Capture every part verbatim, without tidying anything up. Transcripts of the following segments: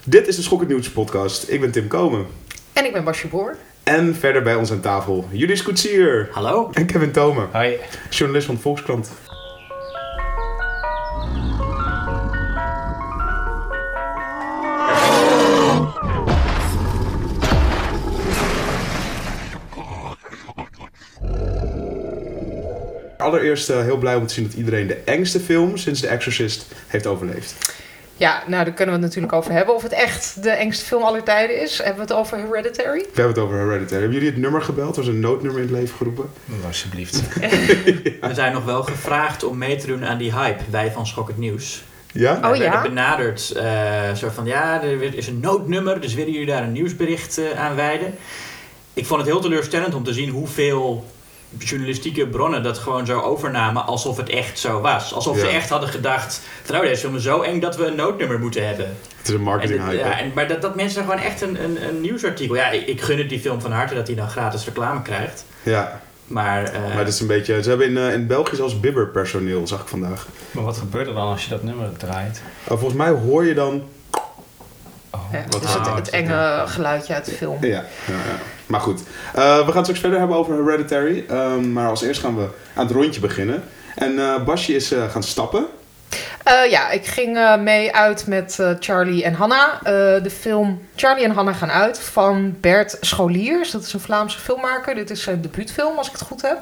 Dit is de Schokkend Nieuws podcast. Ik ben Tim Komen. En ik ben Basje Boer. En verder bij ons aan tafel Julius Koetsier. Hallo. En Kevin Thomen. Hoi. Journalist van de Volkskrant. Allereerst uh, heel blij om te zien dat iedereen de engste film sinds The Exorcist heeft overleefd. Ja, nou daar kunnen we het natuurlijk over hebben. Of het echt de engste film aller tijden is. Hebben we het over Hereditary? We hebben het over Hereditary. Hebben jullie het nummer gebeld? Was een noodnummer in het leven geroepen? Alsjeblieft. Ja. We zijn nog wel gevraagd om mee te doen aan die hype. Wij van Schokkend Nieuws. Ja? Oh, we ja? werden benaderd. Uh, zo van, ja, er is een noodnummer. Dus willen jullie daar een nieuwsbericht uh, aan wijden? Ik vond het heel teleurstellend om te zien hoeveel journalistieke bronnen dat gewoon zo overnamen alsof het echt zo was. Alsof ja. ze echt hadden gedacht, nou deze film is zo eng dat we een noodnummer moeten hebben. Het is een marketing hype. Ja, en, maar dat, dat mensen gewoon echt een, een, een nieuwsartikel... Ja, ik, ik gun het die film van harte dat hij dan gratis reclame krijgt. Ja. Maar, uh, maar dat is een beetje... Ze hebben in, uh, in België zelfs bibberpersoneel, zag ik vandaag. Maar wat gebeurt er dan als je dat nummer draait? Uh, volgens mij hoor je dan... Oh, ja, wat dus het, het enge geluidje uit de film. Ja, ja, ja. Maar goed. Uh, we gaan het straks verder hebben over Hereditary. Um, maar als eerst gaan we aan het rondje beginnen. En uh, Basje is uh, gaan stappen. Uh, ja, ik ging uh, mee uit met uh, Charlie en Hannah. Uh, de film Charlie en Hannah gaan uit van Bert Scholiers. Dat is een Vlaamse filmmaker. Dit is zijn debuutfilm, als ik het goed heb.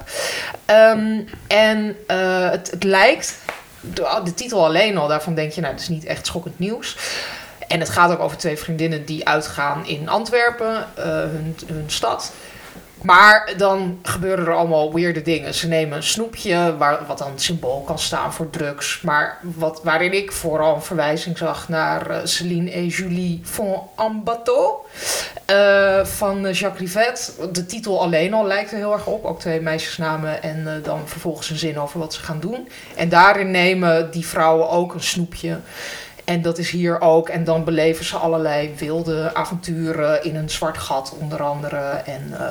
Um, en uh, het, het lijkt... De, de titel alleen al, daarvan denk je, nou, dat is niet echt schokkend nieuws. En het gaat ook over twee vriendinnen die uitgaan in Antwerpen, uh, hun, hun stad. Maar dan gebeuren er allemaal weirde dingen. Ze nemen een snoepje, waar, wat dan symbool kan staan voor drugs. Maar wat, waarin ik vooral een verwijzing zag naar uh, Céline et Julie Font en Bateau. Uh, van Jacques Rivette. De titel alleen al lijkt er heel erg op. Ook twee meisjesnamen en uh, dan vervolgens een zin over wat ze gaan doen. En daarin nemen die vrouwen ook een snoepje. En dat is hier ook. En dan beleven ze allerlei wilde avonturen in een zwart gat onder andere. En, uh,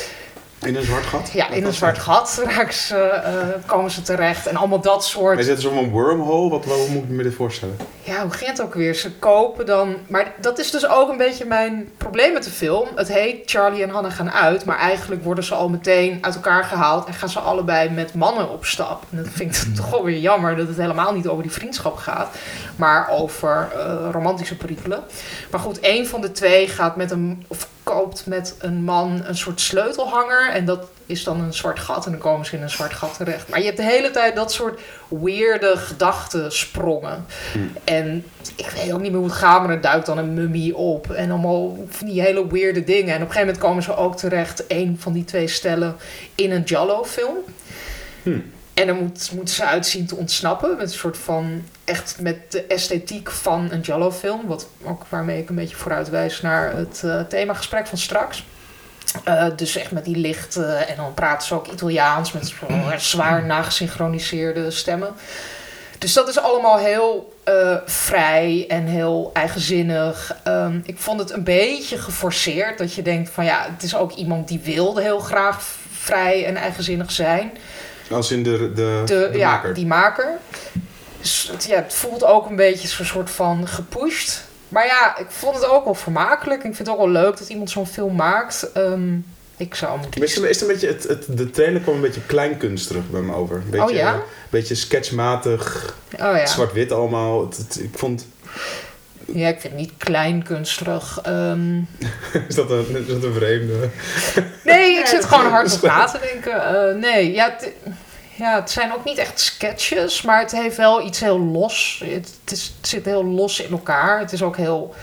in een zwart gat? Ja, in een zwart gat raken ze, uh, komen ze terecht. En allemaal dat soort... Is dit zo'n wormhole? Wat, wat moet ik me dit voorstellen? Ja, hoe ging het ook weer? Ze kopen dan... Maar dat is dus ook een beetje mijn probleem met de film. Het heet Charlie en Hannah gaan uit. Maar eigenlijk worden ze al meteen uit elkaar gehaald. En gaan ze allebei met mannen op stap. En dat vind ik toch wel weer jammer. Dat het helemaal niet over die vriendschap gaat. Maar over uh, romantische perikelen. Maar goed, één van de twee gaat met een... Of koopt met een man een soort sleutelhanger. En dat is dan een zwart gat. En dan komen ze in een zwart gat terecht. Maar je hebt de hele tijd dat soort weirde gedachtensprongen. Hmm. En ik weet ook niet meer hoe het gaat. Maar er duikt dan een mummie op. En allemaal van die hele weirde dingen. En op een gegeven moment komen ze ook terecht. Een van die twee stellen in een Giallo-film. Hmm. En dan moet, moeten ze uitzien te ontsnappen. Met een soort van... Echt met de esthetiek van een Giallo-film. Wat ook waarmee ik een beetje vooruit wijs naar het uh, themagesprek van straks. Uh, dus echt met die lichten. En dan praten ze ook Italiaans. Met zwaar nagesynchroniseerde stemmen. Dus dat is allemaal heel uh, vrij en heel eigenzinnig. Um, ik vond het een beetje geforceerd. Dat je denkt van ja, het is ook iemand die wilde heel graag vrij en eigenzinnig zijn. Als in de, de, de, de ja, maker. die maker. Dus het, ja, het voelt ook een beetje zo'n soort van gepusht. Maar ja, ik vond het ook wel vermakelijk. Ik vind het ook wel leuk dat iemand zo'n film maakt. Um, ik zou hem kiezen. Is het een beetje, het, het, de trailer kwam een beetje kleinkunstig bij me over. Een beetje, oh ja? Een beetje sketchmatig. Oh ja. Zwart-wit allemaal. Het, het, ik vond... Ja, ik vind het niet kleinkunstig. Um... is, dat een, is dat een vreemde... Nee, ik zit gewoon hard op na te denken. Uh, nee, ja... T- Ja, het zijn ook niet echt sketches, maar het heeft wel iets heel los. Het, het, is, het zit heel los in elkaar. Het is ook heel...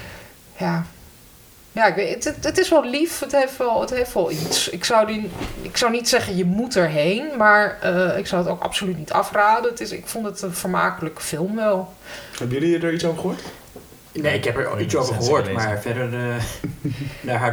Ja, ja ik weet, het, het, het is wel lief. Het heeft wel, het heeft wel iets. Ik zou, die, ik zou niet zeggen, je moet erheen. Maar uh, ik zou het ook absoluut niet afraden. Het is, ik vond het een vermakelijke film wel. Hebben jullie er iets over gehoord? Nee, ik heb er iets over gehoord, maar verder uh, daar houdt het op.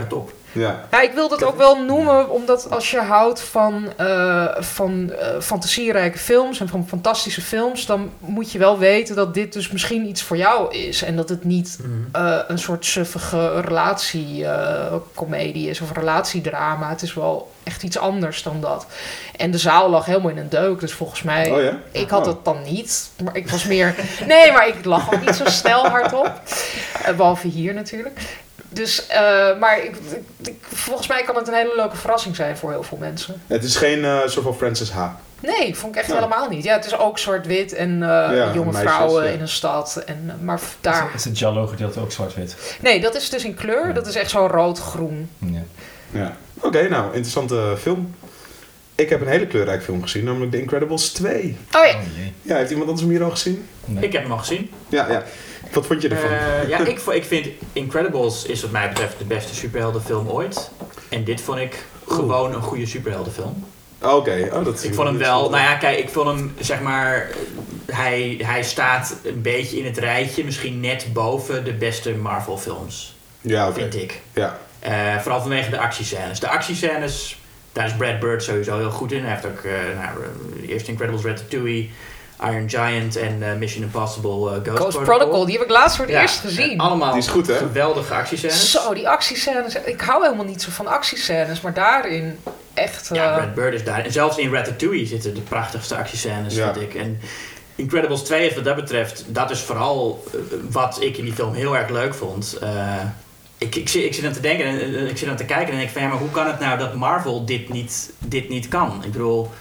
Ja. Ja, ik wil dat ook wel noemen, omdat als je houdt van, uh, van uh, fantasierijke films en van fantastische films, dan moet je wel weten dat dit dus misschien iets voor jou is. En dat het niet mm. uh, een soort suffige relatiecomedie uh, is of relatiedrama. Het is wel echt iets anders dan dat. En de zaal lag helemaal in een deuk, dus volgens mij... Oh ja? Ik had oh. het dan niet, maar ik was meer... Nee, maar ik lag ook niet zo snel hardop. Uh, behalve hier natuurlijk. Dus, uh, maar ik, ik, volgens mij kan het een hele leuke verrassing zijn voor heel veel mensen. Het is geen uh, soort van Frances Ha. Nee, vond ik echt ja. helemaal niet. Ja, het is ook zwart-wit en uh, ja, jonge meisjes, vrouwen ja. in een stad. En, maar daar... Is het Giallo-gedeelte ook zwart-wit? Nee, dat is dus in kleur. Ja. Dat is echt zo rood-groen. Ja. ja. Oké, okay, nou, interessante film. Ik heb een hele kleurrijke film gezien, namelijk The Incredibles twee. Oh ja. Oh, jee. Ja, heeft iemand anders hem hier al gezien? Nee. Ik heb hem al gezien. Ja, ja. Wat vond je ervan? Uh, ja, ik, ik vind Incredibles is wat mij betreft de beste superheldenfilm ooit. En dit vond ik gewoon een goede superheldenfilm. Oké, okay. oh, dat is ik vond hem wel, nou ja, kijk, ik vond hem, zeg maar, hij, hij staat een beetje in het rijtje, misschien net boven de beste Marvel films. Ja, okay. Vind ik. Ja. Uh, vooral vanwege de actiescènes. De actiescènes, daar is Brad Bird sowieso heel goed in. Hij heeft ook, uh, nou, de eerste Incredibles, Ratatouille, Iron Giant en uh, Mission Impossible uh, Ghost, Ghost Protocol. Protocol. Die heb ik laatst voor het ja, eerst gezien. Allemaal die is goed, hè? geweldige actiescènes. Zo, die actiescènes. Ik hou helemaal niet zo van actiescènes, maar daarin echt... Uh... Ja, Brad Bird is daar. En zelfs in Ratatouille zitten de prachtigste actiescènes, ja. vind ik. En Incredibles twee is wat dat betreft, dat is vooral uh, wat ik in die film heel erg leuk vond. Uh, ik, ik, ik zit aan te denken en uh, ik zit aan te kijken en denk van ja, maar hoe kan het nou dat Marvel dit niet, dit niet kan? Ik bedoel...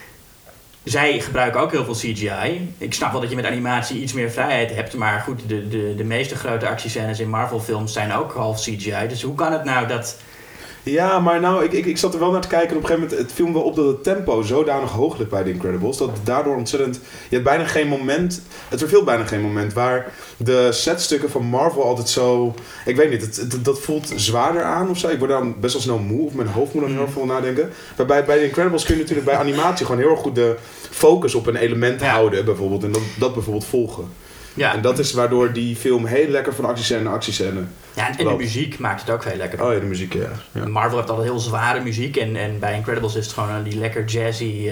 Zij gebruiken ook heel veel C G I. Ik snap wel dat je met animatie iets meer vrijheid hebt. Maar goed, de, de, de meeste grote actiescènes in Marvel films zijn ook half C G I. Dus hoe kan het nou dat... Ja, maar nou, ik, ik, ik zat er wel naar te kijken en op een gegeven moment... Het viel me wel op dat het tempo zodanig hoog ligt bij de Incredibles. Dat daardoor ontzettend... Je hebt bijna geen moment... Het verveelt bijna geen moment waar de setstukken van Marvel altijd zo... Ik weet niet, het, het, dat voelt zwaarder aan of zo. Ik word dan best wel snel moe of mijn hoofd moet dan heel veel nadenken. Waarbij bij de Incredibles kun je natuurlijk bij animatie gewoon heel erg goed de focus op een element ja. houden bijvoorbeeld. En dat, dat bijvoorbeeld volgen. Ja. En dat is waardoor die film heel lekker van actiescène naar actiescène. Ja, en, en de muziek maakt het ook heel lekker. Oh ja, de muziek, ja. ja. Marvel heeft altijd heel zware muziek en, en bij Incredibles is het gewoon die lekker jazzy... Uh...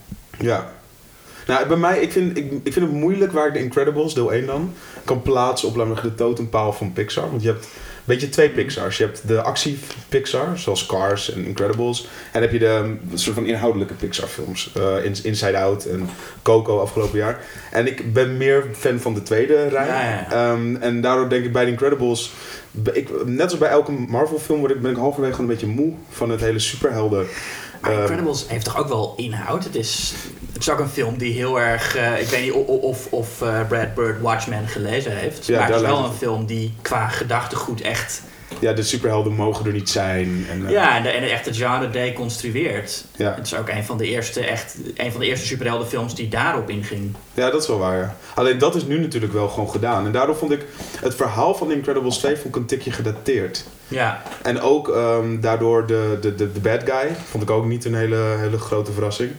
Ja. Nou, bij mij, ik vind, ik, ik vind het moeilijk waar ik de Incredibles, deel één dan, kan plaatsen op laten we de totempaal van Pixar. Want je hebt een beetje twee Pixars. Je hebt de actie Pixar, zoals Cars en Incredibles. En dan heb je de soort van inhoudelijke Pixar films. Uh, Inside Out en Coco afgelopen jaar. En ik ben meer fan van de tweede rij. Ja, ja, ja. Um, en daardoor denk ik bij de Incredibles... Ik, net als bij elke Marvel film word ik, ben ik halverwege gewoon een beetje moe van het hele superhelden. Maar Incredibles um, heeft toch ook wel inhoud? Het is, het is ook een film die heel erg... Uh, ik weet niet of, of, of uh, Brad Bird Watchmen gelezen heeft. Ja, maar het is wel een film die qua gedachtegoed echt... Ja, de superhelden mogen er niet zijn. En, uh, ja, en de, en de echte genre deconstrueert. Ja. Het is ook een van de eerste, echt, een van de eerste superheldenfilms die daarop inging. Ja, dat is wel waar, ja. Alleen dat is nu natuurlijk wel gewoon gedaan. En daardoor vond ik het verhaal van Incredibles twee vond ik een tikje gedateerd. Ja. En ook um, daardoor de, de, de, de bad guy vond ik ook niet een hele, hele grote verrassing.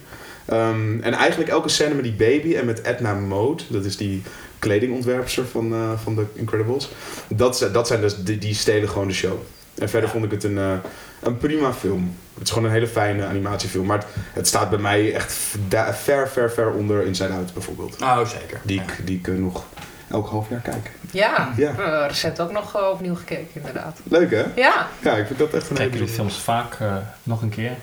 Um, en eigenlijk elke scène met die baby en met Edna Mode, dat is die kledingontwerpster van, uh, van de Incredibles. Dat, dat zijn dus, die, die stelen gewoon de show. En verder ja. vond ik het een, uh, een prima film. Het is gewoon een hele fijne animatiefilm. Maar het, het staat bij mij echt ver, ver, ver onder Inside Out bijvoorbeeld. Oh, zeker. Die ja. ik, die ik uh, nog elk half jaar kijk. Ja, ja. Uh, recent ook nog uh, opnieuw gekeken inderdaad. Leuk hè? Ja. Ja, ik vind dat echt een hele... Kijk je die films vaak uh, nog een keer?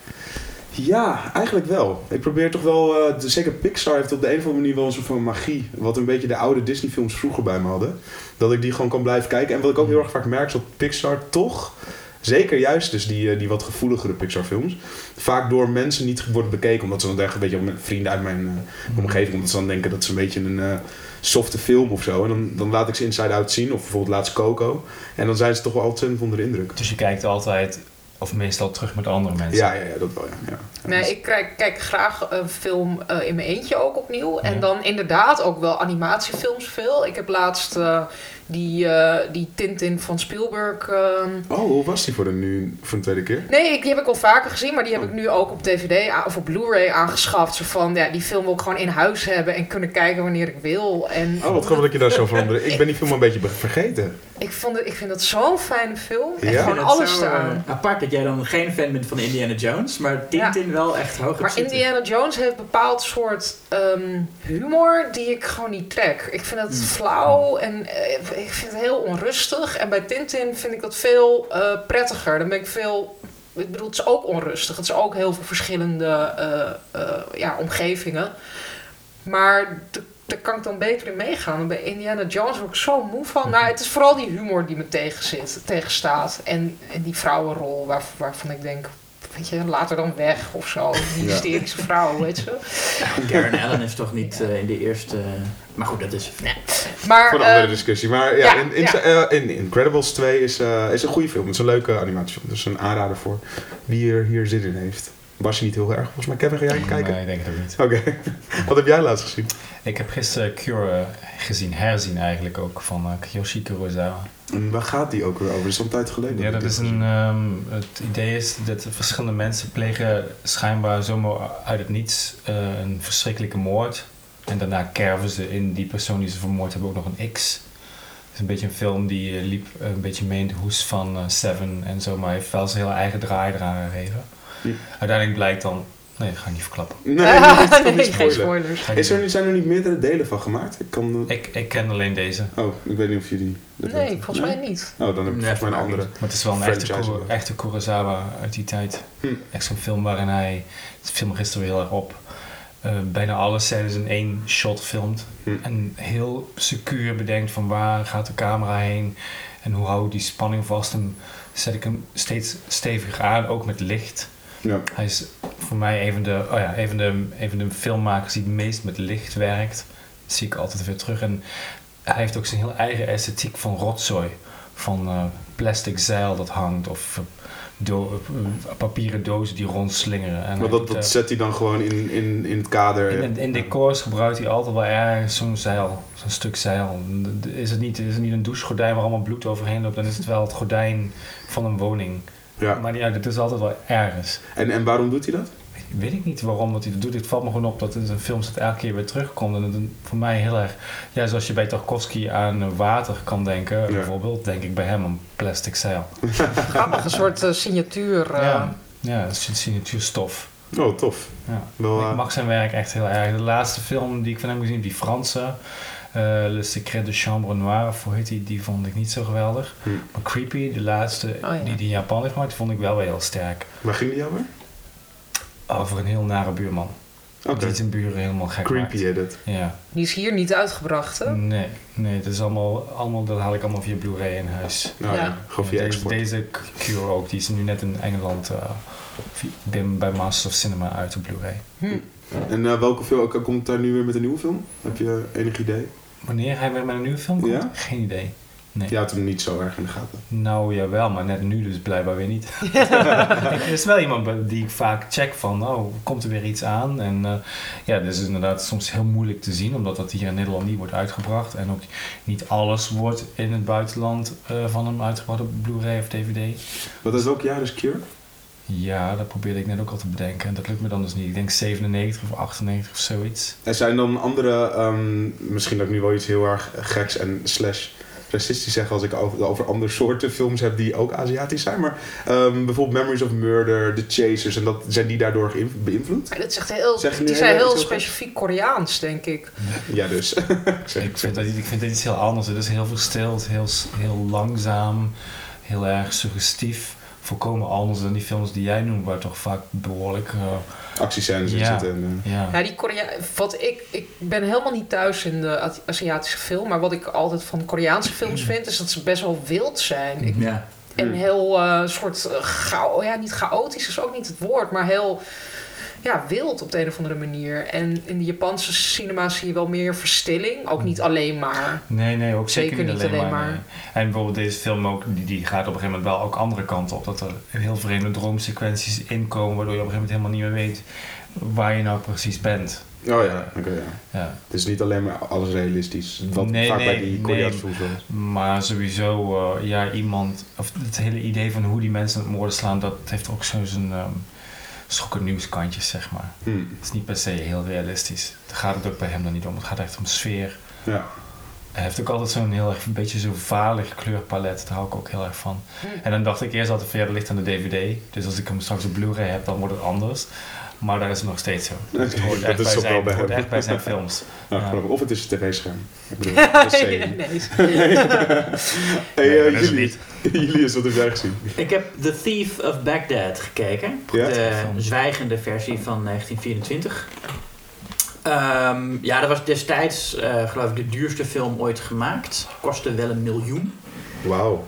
Ja, eigenlijk wel. Ik probeer toch wel... Uh, de, zeker Pixar heeft op de een of andere manier wel een soort van magie. Wat een beetje de oude Disney films vroeger bij me hadden. Dat ik die gewoon kan blijven kijken. En wat ik ook heel erg vaak merk is dat Pixar toch... Zeker juist dus die, die wat gevoeligere Pixar films. Vaak door mensen niet worden bekeken. Omdat ze dan denken, een beetje met vrienden uit mijn uh, omgeving. Omdat ze dan denken dat ze een beetje een uh, softe film of zo. En dan, dan laat ik ze Inside Out zien. Of bijvoorbeeld laatst Coco. En dan zijn ze toch wel ontzettend onder de indruk. Dus je kijkt altijd... Of meestal terug met andere mensen. Ja, ja, ja dat wel, ja. ja. Nee, ik kijk, kijk graag een film uh, in mijn eentje ook opnieuw. En ja. dan inderdaad ook wel animatiefilms veel. Ik heb laatst uh, Die, uh, die Tintin van Spielberg. Uh... Oh, hoe was die voor de nu voor een tweede keer? Nee, ik, die heb ik al vaker gezien, maar die heb ik nu ook op D V D a- of op Blu-ray aangeschaft. Zo van, ja, die film wil ik gewoon in huis hebben en kunnen kijken wanneer ik wil. En oh, wat grappig dat je daar zo van onder. Ik ben die film een beetje vergeten. Ik, vond het, ik vind dat zo'n fijne film. En ja? gewoon alles zo, eraan. Uh, apart dat jij dan geen fan bent van Indiana Jones, maar Tintin ja. wel echt hoog op Maar zitten. Indiana Jones heeft een bepaald soort um, humor die ik gewoon niet trek. Ik vind het mm. flauw en uh, ik vind het heel onrustig. En bij Tintin vind ik dat veel uh, prettiger. Dan ben ik veel... Ik bedoel, het is ook onrustig. Het is ook heel veel verschillende uh, uh, ja, omgevingen. Maar... De, daar kan ik dan beter in meegaan. En bij Indiana Jones word ik zo moe van. Nou, het is vooral die humor die me tegen zit, tegenstaat. En, en die vrouwenrol waar, waarvan ik denk... Weet je, laat er dan weg of zo. Die ja. hysterische vrouw, weet je. Ja, Karen Allen is toch niet uh, in de eerste... Uh, maar goed, dat is... Nee. Maar, voor een andere uh, discussie. Maar ja, ja, in, in, ja. Uh, in Incredibles twee is, uh, is een goede film. Het is een leuke animatiefilm. Dus een aanrader voor wie er hier zin in heeft. Was je niet heel erg volgens mij. Kevin, ga jij even kijken? Nee, ik denk het ook niet. Oké. Okay. Wat heb jij laatst gezien? Ik heb gisteren Cure gezien, herzien eigenlijk ook, van uh, Kiyoshi Kurosawa. En waar gaat die ook weer over? Dat is al een tijd geleden. Ja, dat is een... Um, het idee is dat verschillende mensen plegen schijnbaar zomaar uit het niets uh, een verschrikkelijke moord. En daarna kerven ze in die persoon die ze vermoord hebben ook nog een X. Het is een beetje een film die uh, liep uh, een beetje mee in de hoes van uh, Seven en zo, maar heeft wel zijn hele eigen draai eraan gegeven. Ja. Uiteindelijk blijkt dan... Nee, dat ga ik niet verklappen. Nee, ah, nee, nee geen spoilers. Is er, zijn er niet meerdere delen van gemaakt? Ik, kan... ik, ik ken alleen deze. Oh, ik weet niet of jullie... Dat nee, weten. volgens nee? mij niet. Oh, dan heb ik nee, volgens mij een andere. Maar het is wel een echte, Kuro, echte Kurosawa uit die tijd. Hm. Echt zo'n film waarin hij... Het film gisteren heel erg op. Uh, bijna alle scènes in één shot filmt. Hm. En heel secuur bedenkt van waar gaat de camera heen. En hoe hou ik die spanning vast. En zet ik hem steeds steviger aan, ook met licht. Ja. Hij is voor mij een van de, oh ja, een van de, een van de filmmakers die het meest met licht werkt. Dat zie ik altijd weer terug. En hij heeft ook zijn heel eigen esthetiek van rotzooi. Van uh, plastic zeil dat hangt of uh, do- uh, papieren dozen die rondslingeren. En maar dat, doet, dat uh, zet hij dan gewoon in, in, in het kader? In, in decors gebruikt hij altijd wel ergens zo'n zeil, zo'n stuk zeil. Is het, niet, is het niet een douchegordijn waar allemaal bloed overheen loopt, dan is het wel het gordijn van een woning. Ja. Maar ja, het is altijd wel ergens. En, en waarom doet hij dat? Weet, weet ik niet waarom dat hij dat doet. Het valt me gewoon op dat in zijn films het elke keer weer terugkomt. En het voor mij heel erg... Ja, zoals je bij Tarkovsky aan water kan denken, ja. bijvoorbeeld, denk ik bij hem aan plastic zeil. Grappig, een soort uh, signatuur. Uh... Ja, ja, een signatuurstof. Oh, tof. Ja. Wel, uh... Ik mag zijn werk echt heel erg. De laatste film die ik van hem gezien heb, die Franse... Uh, Le Secret de Chambre Noire, of hoe heet die, die vond ik niet zo geweldig. Hm. Maar Creepy, de laatste oh, ja. die die in Japan heeft gemaakt, die vond ik wel weer heel sterk. Waar ging die over? Over een heel nare buurman. Okay. Die zijn buren helemaal gek Creepy heet het. Ja. Die is hier niet uitgebracht, hè? Nee, nee, dat is allemaal, allemaal, dat haal ik allemaal via Blu-ray in huis. Nou, ja. Ja, gewoon via ja, export. Deze, deze Cure ook, die is nu net in Engeland uh, bij Masters of Cinema uit op Blu-ray. Hm. En uh, welke film komt daar nu weer met een nieuwe film? Heb je enig idee? Wanneer hij weer met een nieuwe film komt? Ja? Geen idee. Nee. Je houdt hem niet zo erg in de gaten. Nou, jawel, maar net nu dus blijkbaar weer niet. Er is wel iemand die ik vaak check van, oh, komt er weer iets aan? En uh, ja, dat is inderdaad soms heel moeilijk te zien, omdat dat hier in Nederland niet wordt uitgebracht. En ook niet alles wordt in het buitenland uh, van hem uitgebracht op Blu-ray of D V D. Wat is welk jaar is Cure? Ja, dat probeerde ik net ook al te bedenken. En dat lukt me dan dus niet. Ik denk zevenennegentig of achtennegentig of zoiets. Er zijn dan andere, um, misschien dat ik nu wel iets heel erg geks en slash racistisch zeg als ik over, over andere soorten films heb die ook Aziatisch zijn. Maar um, bijvoorbeeld Memories of Murder, The Chasers, en dat, zijn die daardoor beïnvloed? Ja, dat is echt heel, zeg die zijn heel, heel specifiek Koreaans, denk ik. Ja, dus. ik, zeg, ik, vind dat, ik vind dat iets heel anders. Het is heel verstild, heel, heel langzaam, heel erg suggestief. Volkomen anders dan die films die jij noemt, waar toch vaak behoorlijk uh, actiescènes in ja, zitten. En, uh. ja. ja, die Korea. Wat ik, ik ben helemaal niet thuis in de Aziatische film, maar wat ik altijd van Koreaanse films vind, is dat ze best wel wild zijn. Ik, ja. En heel uh, soort uh, chao, ja, niet chaotisch is ook niet het woord, maar heel ja, wild op de een of andere manier. En in de Japanse cinema zie je wel meer verstilling. Ook niet alleen maar. Nee, nee, ook zeker, zeker niet alleen, alleen maar. maar. Nee. En bijvoorbeeld deze film ook, die, die gaat op een gegeven moment wel ook andere kanten op. Dat er heel vreemde droomsequenties inkomen, waardoor je op een gegeven moment helemaal niet meer weet waar je nou precies bent. Oh ja, oké, okay, ja. ja. Het is niet alleen maar alles realistisch, wat nee, vaak nee, bij die Koreaanse nee, films was. Maar sowieso, uh, ja, iemand, of het hele idee van hoe die mensen het moorden slaan, dat heeft ook zo zijn um, schokkend nieuwskantjes, zeg maar. Hmm. Het is niet per se heel realistisch. Daar gaat het ook bij hem dan niet om, het gaat echt om sfeer. Ja. Hij heeft ook altijd zo'n heel erg, een beetje zo'n vaarlig kleurpalet, daar hou ik ook heel erg van. Hmm. En dan dacht ik eerst altijd van ja, dat ligt aan de D V D, dus als ik hem straks op Blu-ray heb, dan wordt het anders. Maar daar is het nog steeds zo. Het hoort echt, bij zijn, het hoort echt bij zijn films. Nou, ja. Of het is een tv-scherm. Ik bedoel, dat is nee. nee. nee. Hey, uh, nee, jullie, Julius, wat heb jij gezien? Ik heb The Thief of Baghdad gekeken. Ja? De zwijgende versie van negentien vierentwintig. Um, ja, dat was destijds, uh, geloof ik, de duurste film ooit gemaakt. Kostte wel een miljoen. Wauw.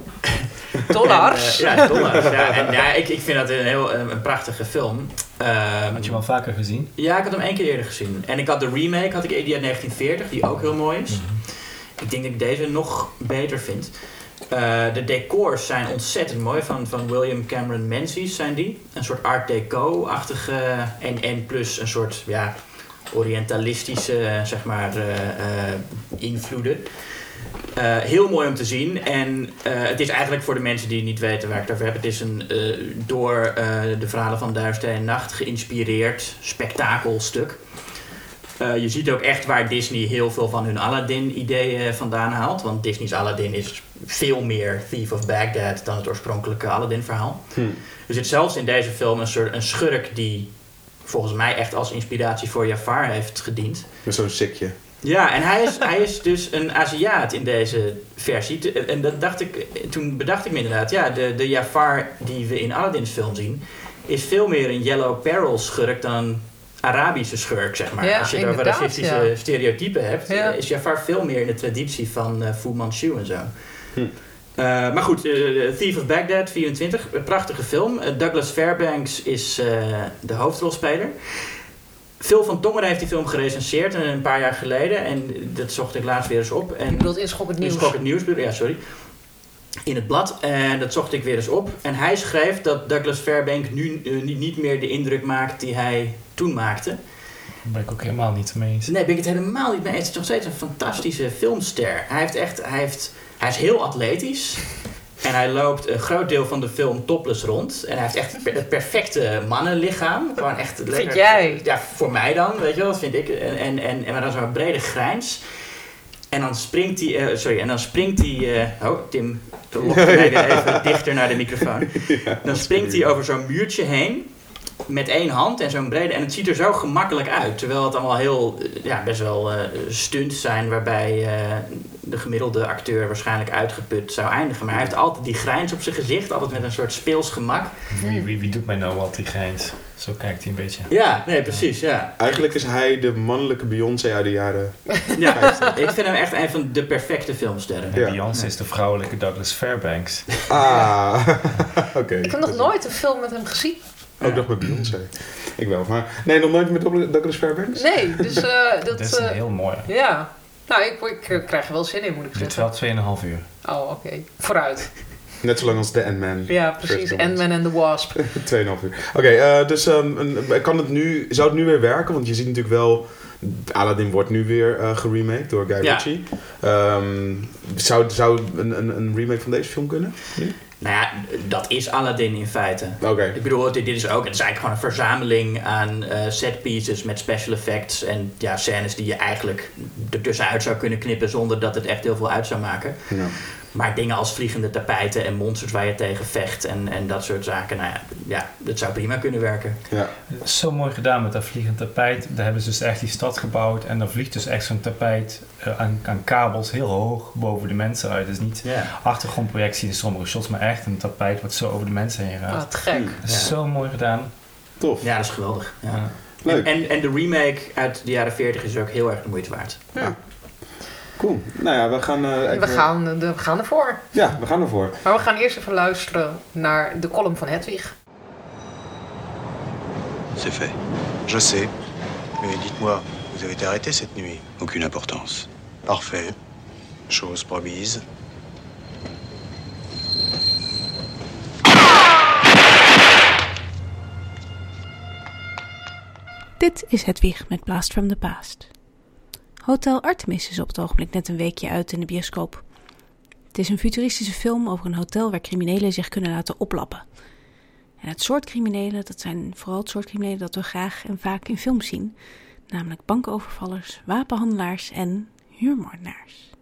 Dollars? En, uh, ja, dollars. Ja, en ja, ik, ik vind dat een heel een, een prachtige film. Um, had je hem al vaker gezien? Ja, ik had hem één keer eerder gezien. En ik had de remake, had ik die uit negentien veertig, die ook heel mooi is. Mm-hmm. Ik denk dat ik deze nog beter vind. Uh, de decors zijn ontzettend mooi, van, van William Cameron Menzies zijn die. Een soort art deco-achtige en, en plus een soort ja, orientalistische zeg maar, uh, uh, invloeden. Uh, heel mooi om te zien en uh, het is eigenlijk voor de mensen die niet weten waar ik het over heb. Het is een uh, door uh, de verhalen van Duister en Nacht geïnspireerd spektakelstuk. Uh, je ziet ook echt waar Disney heel veel van hun Aladdin-ideeën vandaan haalt. Want Disney's Aladdin is veel meer Thief of Baghdad dan het oorspronkelijke Aladdin-verhaal. Hm. Er zit zelfs in deze film een, soort, een schurk die volgens mij echt als inspiratie voor Jafar heeft gediend. Met zo'n sikje. Ja, en hij is, hij is dus een Aziat in deze versie. En dat dacht ik, toen bedacht ik me inderdaad, ja, de, de Jafar die we in Aladdin's film zien, is veel meer een Yellow Peril schurk dan een Arabische schurk, zeg maar. Ja, als je het over racistische ja. stereotypen hebt, ja. is Jafar veel meer in de traditie van uh, Fu Manchu en zo. Hm. Uh, maar goed, uh, Thief of Baghdad, vierentwintig, een prachtige film. Uh, Douglas Fairbanks is uh, de hoofdrolspeler. Phil van Tongeren heeft die film gerecenseerd een paar jaar geleden. En dat zocht ik laatst weer eens op. En je bedoelt in Schok het Nieuws? In Schok het Nieuws, ja sorry. In het blad. En dat zocht ik weer eens op. En hij schreef dat Douglas Fairbanks nu uh, niet, niet meer de indruk maakt die hij toen maakte. Daar ben ik ook helemaal niet mee eens. Nee, ben ik het helemaal niet mee eens. Het is nog steeds een fantastische filmster. Hij, heeft echt, hij, heeft, hij is heel atletisch. En hij loopt een groot deel van de film topless rond. En hij heeft echt het perfecte mannenlichaam. Gewoon echt vind lekker, jij? Ja, voor mij dan, weet je wel, dat vind ik. En, en, en, en maar dan zo'n brede grijns. En dan springt hij, uh, sorry, en dan springt hij, uh, oh Tim, lokt mij weer even dichter naar de microfoon. Ja, dan springt hij over zo'n muurtje heen. Met één hand en zo'n brede. En het ziet er zo gemakkelijk uit. Terwijl het allemaal heel, ja, best wel uh, stunts zijn. Waarbij uh, de gemiddelde acteur waarschijnlijk uitgeput zou eindigen. Maar hij heeft altijd die grijns op zijn gezicht. Altijd met een soort speels gemak. Wie, wie, wie doet mij nou wat die grijns? Zo kijkt hij een beetje. Ja, nee, precies, ja. Eigenlijk is hij de mannelijke Beyoncé uit de jaren ja, ik vind hem echt een van de perfecte filmsterren. En ja. Beyoncé is de vrouwelijke Douglas Fairbanks. Ah, oké. Okay. Ik heb nog nooit een film met hem gezien. Ook oh, nog met Beyoncé. Ik wel, maar... Nee, nog nooit met Douglas Fairbanks? Nee, dus uh, dat... Dat is een uh, heel mooi. Ja. Nou, ik, ik uh, krijg er wel zin in, moet ik Dit zeggen. wel twee en een half uur. Oh, oké. Okay. Vooruit. Net zo lang als The Ant-Man. Ja, precies. Ant-Man and the Wasp. Tweeënhalf uur. Oké, okay, uh, dus um, een, kan het nu... Zou het nu weer werken? Want je ziet natuurlijk wel... Aladdin wordt nu weer uh, geremaked door Guy ja. Ritchie. Um, zou zou een, een, een remake van deze film kunnen? Nu? Nou ja, dat is Aladdin in feite. Oké. Okay. Ik bedoel, dit is ook, het is eigenlijk gewoon een verzameling aan uh, set pieces met special effects en ja, scènes die je eigenlijk ertussenuit zou kunnen knippen zonder dat het echt heel veel uit zou maken. Ja. Maar dingen als vliegende tapijten en monsters waar je tegen vecht en, en dat soort zaken, nou ja, ja, dat zou prima kunnen werken. Ja. Dat is zo mooi gedaan met dat vliegend tapijt. Daar hebben ze dus echt die stad gebouwd en dan vliegt dus echt zo'n tapijt uh, aan, aan kabels heel hoog boven de mensen uit. Het is niet yeah. achtergrondprojectie in sommige shots, maar echt een tapijt wat zo over de mensen heen gaat. Wat gek. Dat is ja. zo mooi gedaan. Tof. Ja, dat is geweldig. Ja. Ja. Leuk. En, en, en de remake uit de jaren veertig is ook heel erg de moeite waard. Ja. Cool. Nou ja, we gaan... Uh, we, gaan we gaan ervoor. Ja, we gaan ervoor. Maar we gaan eerst even luisteren naar de column van Hedwig. C'est fait. Je sais. Mais dites-moi, vous avez été arrêté cette nuit? Aucune importance. Parfait. Chose promise. Dit is Hedwig met Blast from the Past. Hotel Artemis is op het ogenblik net een weekje uit in de bioscoop. Het is een futuristische film over een hotel waar criminelen zich kunnen laten oplappen. En het soort criminelen, dat zijn vooral het soort criminelen dat we graag en vaak in films zien. Namelijk bankovervallers, wapenhandelaars en huurmoordenaars.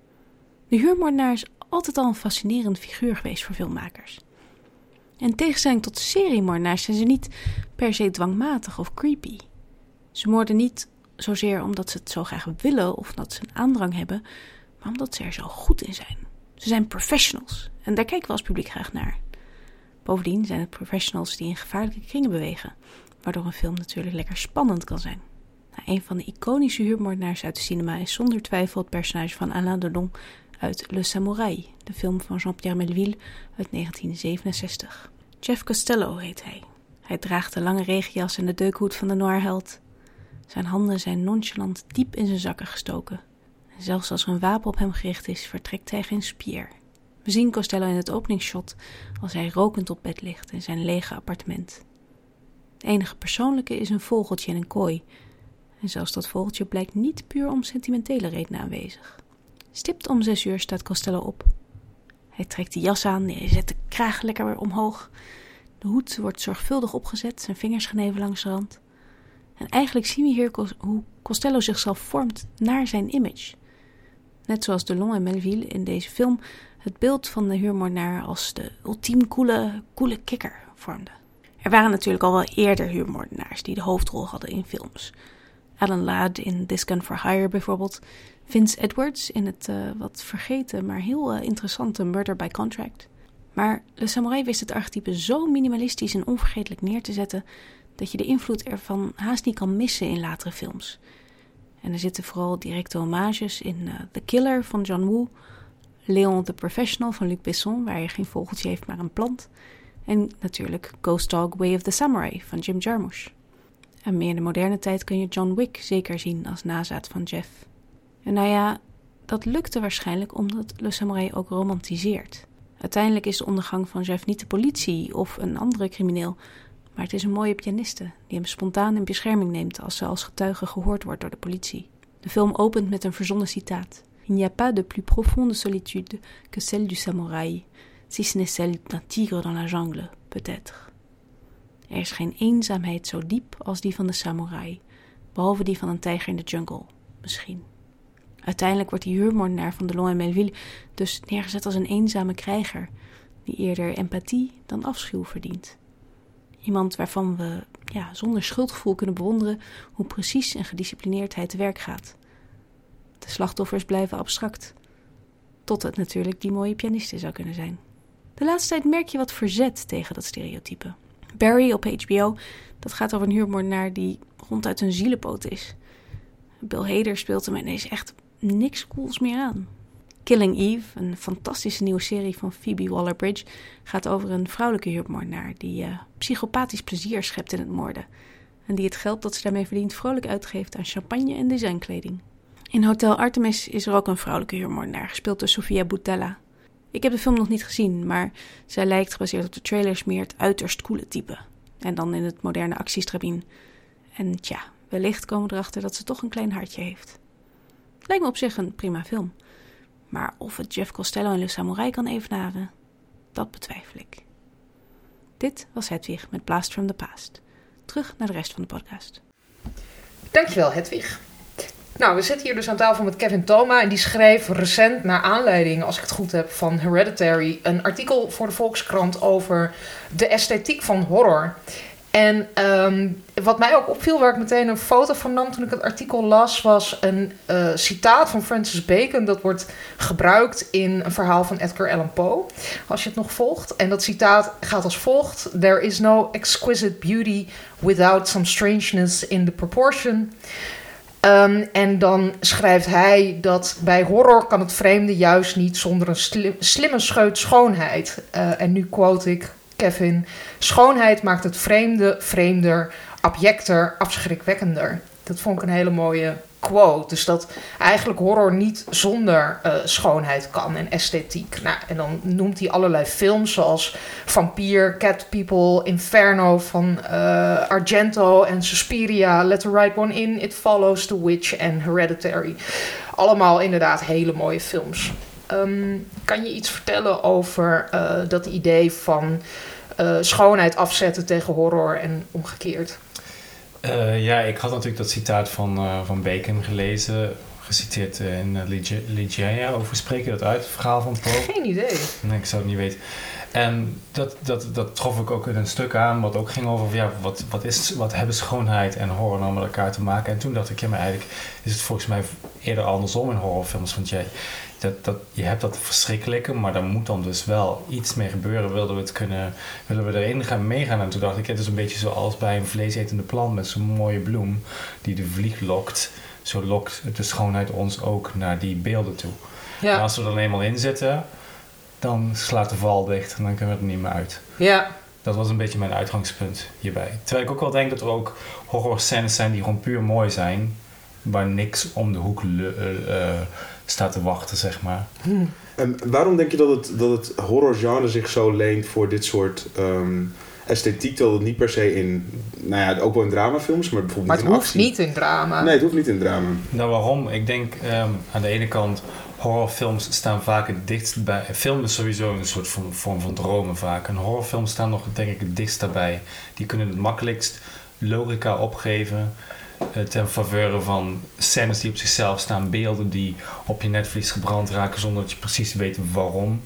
De huurmoordenaar is altijd al een fascinerend figuur geweest voor filmmakers. En in tegenstelling tot seriemoordenaars zijn ze niet per se dwangmatig of creepy. Ze moorden niet zozeer omdat ze het zo graag willen of dat ze een aandrang hebben, maar omdat ze er zo goed in zijn. Ze zijn professionals en daar kijken we als publiek graag naar. Bovendien zijn het professionals die in gevaarlijke kringen bewegen, waardoor een film natuurlijk lekker spannend kan zijn. Nou, een van de iconische huurmoordenaars uit de cinema is zonder twijfel het personage van Alain Delon uit Le Samouraï, de film van Jean-Pierre Melville uit negentien zevenenzestig. Jeff Costello heet hij. Hij draagt de lange regenjas en de deukhoed van de noirheld. Zijn handen zijn nonchalant diep in zijn zakken gestoken. En zelfs als er een wapen op hem gericht is, vertrekt hij geen spier. We zien Costello in het openingsshot als hij rokend op bed ligt in zijn lege appartement. Het enige persoonlijke is een vogeltje in een kooi. En zelfs dat vogeltje blijkt niet puur om sentimentele redenen aanwezig. Stipt om zes uur staat Costello op. Hij trekt de jas aan, hij zet de kraag lekker weer omhoog. De hoed wordt zorgvuldig opgezet, zijn vingers gaan even langs de rand. En eigenlijk zien we hier hoe Costello zichzelf vormt naar zijn image. Net zoals Delon en Melville in deze film het beeld van de huurmoordenaar als de ultiem coole, coole kikker vormden. Er waren natuurlijk al wel eerder huurmoordenaars die de hoofdrol hadden in films. Alan Ladd in This Gun for Hire bijvoorbeeld. Vince Edwards in het uh, wat vergeten, maar heel uh, interessante Murder by Contract. Maar Le Samouraï wist het archetype zo minimalistisch en onvergetelijk neer te zetten dat je de invloed ervan haast niet kan missen in latere films. En er zitten vooral directe homages in uh, The Killer van John Woo, Léon the Professional van Luc Besson, waar je geen vogeltje heeft maar een plant, en natuurlijk Ghost Dog Way of the Samurai van Jim Jarmusch. En meer in de moderne tijd kun je John Wick zeker zien als nazaat van Jeff. En nou ja, dat lukte waarschijnlijk omdat Le Samouraï ook romantiseert. Uiteindelijk is de ondergang van Jeff niet de politie of een andere crimineel, maar het is een mooie pianiste die hem spontaan in bescherming neemt als ze als getuige gehoord wordt door de politie. De film opent met een verzonnen citaat. Il n'y a pas de plus profonde solitude que celle du samouraï, si ce n'est celle d'un tigre dans la jungle, peut-être. Er is geen eenzaamheid zo diep als die van de samouraï, behalve die van een tijger in de jungle, misschien. Uiteindelijk wordt die huurmoordenaar van Delon en Melville dus neergezet als een eenzame krijger, die eerder empathie dan afschuw verdient. Iemand waarvan we ja, zonder schuldgevoel kunnen bewonderen hoe precies en gedisciplineerd hij te werk gaat. De slachtoffers blijven abstract, tot het natuurlijk die mooie pianiste zou kunnen zijn. De laatste tijd merk je wat verzet tegen dat stereotype. Barry op H B O, dat gaat over een huurmoordenaar die ronduit een zielepoot is. Bill Hader speelt hem en er is echt niks cools meer aan. Killing Eve, een fantastische nieuwe serie van Phoebe Waller-Bridge, gaat over een vrouwelijke huurmoordenaar die uh, psychopathisch plezier schept in het moorden. En die het geld dat ze daarmee verdient vrolijk uitgeeft aan champagne en designkleding. In Hotel Artemis is er ook een vrouwelijke huurmoordenaar, gespeeld door Sofia Boutella. Ik heb de film nog niet gezien, maar zij lijkt gebaseerd op de trailers meer het uiterst coole type. En dan in het moderne actiestrabien. En tja, wellicht komen we erachter dat ze toch een klein hartje heeft. Lijkt me op zich een prima film. Maar of het Jeff Costello en Le Samouraï kan evenaren, dat betwijfel ik. Dit was Hedwig met Blast from the Past. Terug naar de rest van de podcast. Dankjewel, Hedwig. Nou, we zitten hier dus aan tafel met Kevin Thoma en die schreef recent naar aanleiding, als ik het goed heb, van Hereditary een artikel voor de Volkskrant over de esthetiek van horror. En um, wat mij ook opviel, waar ik meteen een foto van nam toen ik het artikel las, was een uh, citaat van Francis Bacon. Dat wordt gebruikt in een verhaal van Edgar Allan Poe, als je het nog volgt. En dat citaat gaat als volgt: There is no exquisite beauty without some strangeness in the proportion. Um, en dan schrijft hij dat bij horror kan het vreemde juist niet zonder een sli- slimme scheut schoonheid. Uh, en nu quote ik Kevin: schoonheid maakt het vreemde vreemder, abjecter, afschrikwekkender. Dat vond ik een hele mooie quote. Dus dat eigenlijk horror niet zonder uh, schoonheid kan en esthetiek. Nou, en dan noemt hij allerlei films zoals Vampire, Cat People, Inferno van uh, Argento en Suspiria, Let the Right One In, It Follows, The Witch en Hereditary. Allemaal inderdaad hele mooie films. Um, kan je iets vertellen over uh, dat idee van uh, schoonheid afzetten tegen horror en omgekeerd? Uh, ja, ik had natuurlijk dat citaat van, uh, van Bacon gelezen, geciteerd uh, in uh, Ligeia. Over spreek je dat uit, het verhaal van Poe? Geen idee. Nee, ik zou het niet weten. En dat, dat, dat trof ik ook in een stuk aan, wat ook ging over, ja, wat, wat, is, wat hebben schoonheid en horror nou met elkaar te maken? En toen dacht ik, ja, maar eigenlijk is het volgens mij eerder andersom in horrorfilms. Want jij, dat, dat, je hebt dat verschrikkelijke, maar daar moet dan dus wel iets mee gebeuren. Wilden we het kunnen, willen we erin gaan meegaan? En toen dacht ik, het is een beetje zoals bij een vleesetende plant met zo'n mooie bloem die de vlieg lokt. Zo lokt de schoonheid ons ook naar die beelden toe. Ja. En als we er dan eenmaal in zitten, dan slaat de val dicht en dan kunnen we er niet meer uit. Ja. Dat was een beetje mijn uitgangspunt hierbij. Terwijl ik ook wel denk dat er ook horrorscènes zijn die gewoon puur mooi zijn, waar niks om de hoek uh, uh, staat te wachten, zeg maar. Hmm. En waarom denk je dat het, dat het horrorgenre zich zo leent voor dit soort um, esthetiek, terwijl het niet per se in, nou ja, ook wel in dramafilms, maar bijvoorbeeld maar het niet in hoeft actie. niet in drama. Nee, het hoeft niet in drama. Nou, waarom? Ik denk um, aan de ene kant, horrorfilms staan vaak het dichtst bij. Film is sowieso een soort vorm, vorm van dromen vaak. En horrorfilms staan nog, denk ik, het dichtst daarbij. Die kunnen het makkelijkst logica opgeven uh, ten faveur van scènes die op zichzelf staan, beelden die op je netvlies gebrand raken zonder dat je precies weet waarom.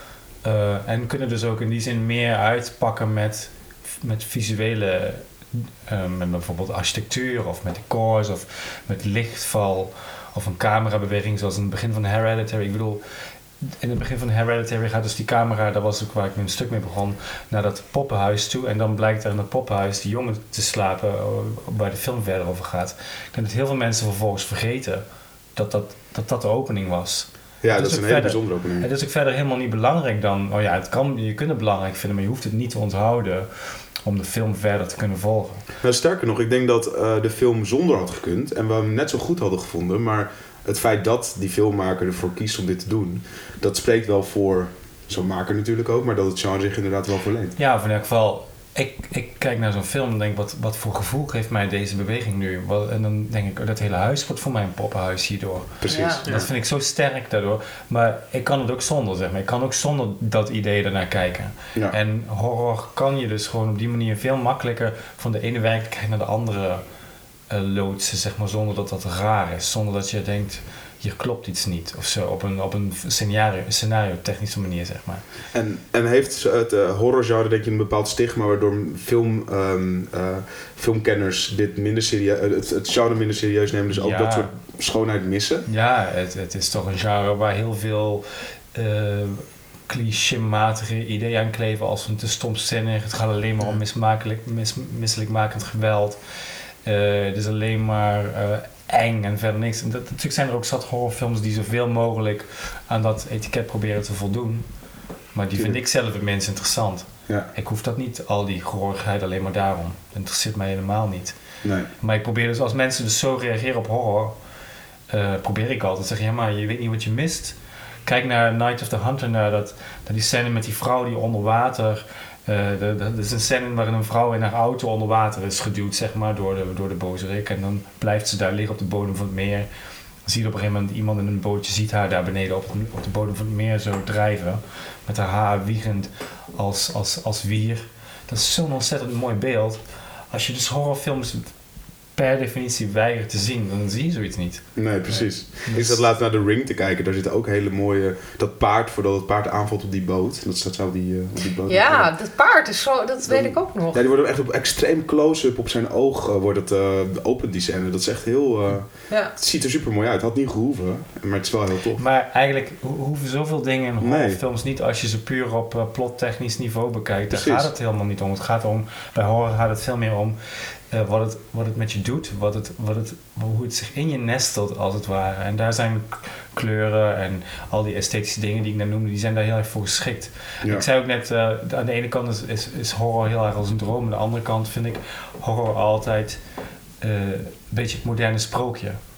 Uh, en kunnen dus ook in die zin meer uitpakken met, met visuele, uh, met bijvoorbeeld architectuur of met decors of met lichtval. Of een camerabeweging zoals in het begin van Hereditary. Ik bedoel, in het begin van Hereditary gaat dus die camera, dat was ook waar ik met een stuk mee begon, naar dat poppenhuis toe. En dan blijkt er in dat poppenhuis die jongen te slapen waar de film verder over gaat. Ik denk dat heel veel mensen vervolgens vergeten dat dat, dat, dat de opening was. Ja, dat, dat is een hele verder, bijzondere opening. Het is ook verder helemaal niet belangrijk dan, oh ja, het kan, je kunt het belangrijk vinden, maar je hoeft het niet te onthouden om de film verder te kunnen volgen. Nou, sterker nog, ik denk dat uh, de film zonder had gekund en we hem net zo goed hadden gevonden, maar het feit dat die filmmaker ervoor kiest om dit te doen, dat spreekt wel voor zo'n maker natuurlijk ook, maar dat het genre zich inderdaad wel verleent. Ja, of in elk geval, ik, ik kijk naar zo'n film en denk, wat, wat voor gevoel geeft mij deze beweging nu? Wat, en dan denk ik, oh, dat hele huis wordt voor mij een poppenhuis hierdoor. Precies. Ja. Dat vind ik zo sterk daardoor. Maar ik kan het ook zonder, zeg maar. Ik kan ook zonder dat idee ernaar kijken. Ja. En horror kan je dus gewoon op die manier veel makkelijker van de ene werkelijkheid naar de andere uh, loodsen, zeg maar, zonder dat dat raar is. Zonder dat je denkt, hier klopt iets niet of zo, op een, op een scenario, scenario technische manier, zeg maar. En, en heeft het uh, horrorgenre, denk je, een bepaald stigma waardoor film, um, uh, filmkenners dit minder serieus, uh, het, het genre minder serieus nemen, dus ook Ja. dat soort schoonheid missen? Ja, het, het is toch een genre waar heel veel uh, clichématige ideeën aan kleven als een te stomzinnig. Het gaat alleen maar om mismakelijk, mis, misselijkmakend geweld. Uh, het is alleen maar uh, eng en verder niks. En dat, natuurlijk zijn er ook zat horrorfilms die zoveel mogelijk aan dat etiket proberen te voldoen. Maar die vind ik zelf het minst interessant. Ja. Ik hoef dat niet, al die gorigheid, alleen maar daarom. Dat interesseert mij helemaal niet. Nee. Maar ik probeer dus, als mensen dus zo reageren op horror, uh, probeer ik altijd te zeggen, ja, maar je weet niet wat je mist. Kijk naar Night of the Hunter, naar, dat, naar die scène met die vrouw die onder water. Uh, dat is een scène waarin een vrouw in haar auto onder water is geduwd, zeg maar, door de, door de bozerik. En dan blijft ze daar liggen op de bodem van het meer. Dan zie je op een gegeven moment iemand in een bootje, ziet haar daar beneden op, op de bodem van het meer zo drijven. Met haar haar wiegend als, als, als wier. Dat is zo'n ontzettend mooi beeld. Als je dus horrorfilms per definitie weigert te zien, dan zie je zoiets niet. Nee, precies. Nee. Ik zat laatst naar The Ring te kijken. Daar zitten ook hele mooie... Dat paard, voordat het paard aanvalt op die boot. Dat staat zo op die, uh, op die boot. Ja, dat paard is zo... Dat Dan, weet ik ook nog. Ja, die worden echt op extreem close-up op zijn oog uh, wordt het uh, opent die scène. Dat is echt heel... Uh, ja. Het ziet er super mooi uit. Het had niet gehoeven, maar het is wel heel tof. Maar eigenlijk ho- hoeven zoveel dingen in horrorfilms nee. niet als je ze puur op uh, plottechnisch niveau bekijkt. Daar gaat het helemaal niet om. Het gaat om... Bij horror gaat het veel meer om Uh, wat, het, wat het met je doet, wat het, wat het, hoe het zich in je nestelt als het ware. En daar zijn kleuren en al die esthetische dingen die ik net noemde, die zijn daar heel erg voor geschikt. Ja. Ik zei ook net, uh, aan de ene kant is, is, is horror heel erg als een droom, aan de andere kant vind ik horror altijd uh, een beetje het moderne sprookje.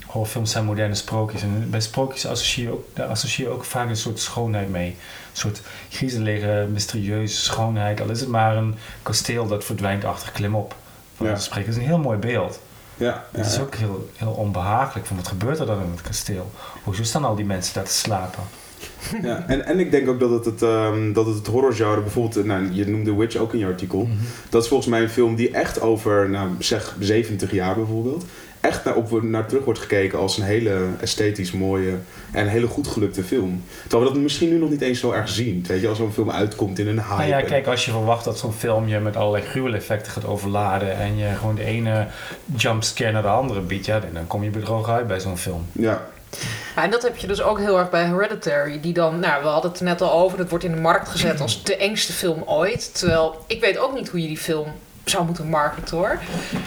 horrorfilms zijn moderne sprookjes. En bij sprookjes associeer je ook, daar associeer je ook vaak een soort schoonheid mee. Een soort griezelige, mysterieuze schoonheid. Al is het maar een kasteel dat verdwijnt achter klimop. Van ja. spreken. Dat is een heel mooi beeld. Ja, ja, het is ja. ook heel, heel onbehagelijk. Van wat gebeurt er dan in het kasteel? Hoezo staan al die mensen daar te slapen? Ja, en, en ik denk ook dat het het, um, dat het, het horrorgenre, bijvoorbeeld, nou, je noemde Witch ook in je artikel. Mm-hmm. Dat is volgens mij een film die echt over, nou, zeg zeventig jaar bijvoorbeeld, echt naar, op, naar terug wordt gekeken als een hele esthetisch mooie en hele goed gelukte film. Terwijl we dat misschien nu nog niet eens zo erg zien. Weet je, als zo'n film uitkomt in een hype. Nou ja, kijk, als je verwacht dat zo'n film je met allerlei gruweleffecten gaat overladen en je gewoon de ene jumpscare naar de andere biedt, ja, dan kom je bedrogen uit bij zo'n film. Ja. Ja, en dat heb je dus ook heel erg bij Hereditary. Die dan, nou, we hadden het er net al over, dat wordt in de markt gezet als de engste film ooit. Terwijl, ik weet ook niet hoe je die film zou moeten marketen, hoor.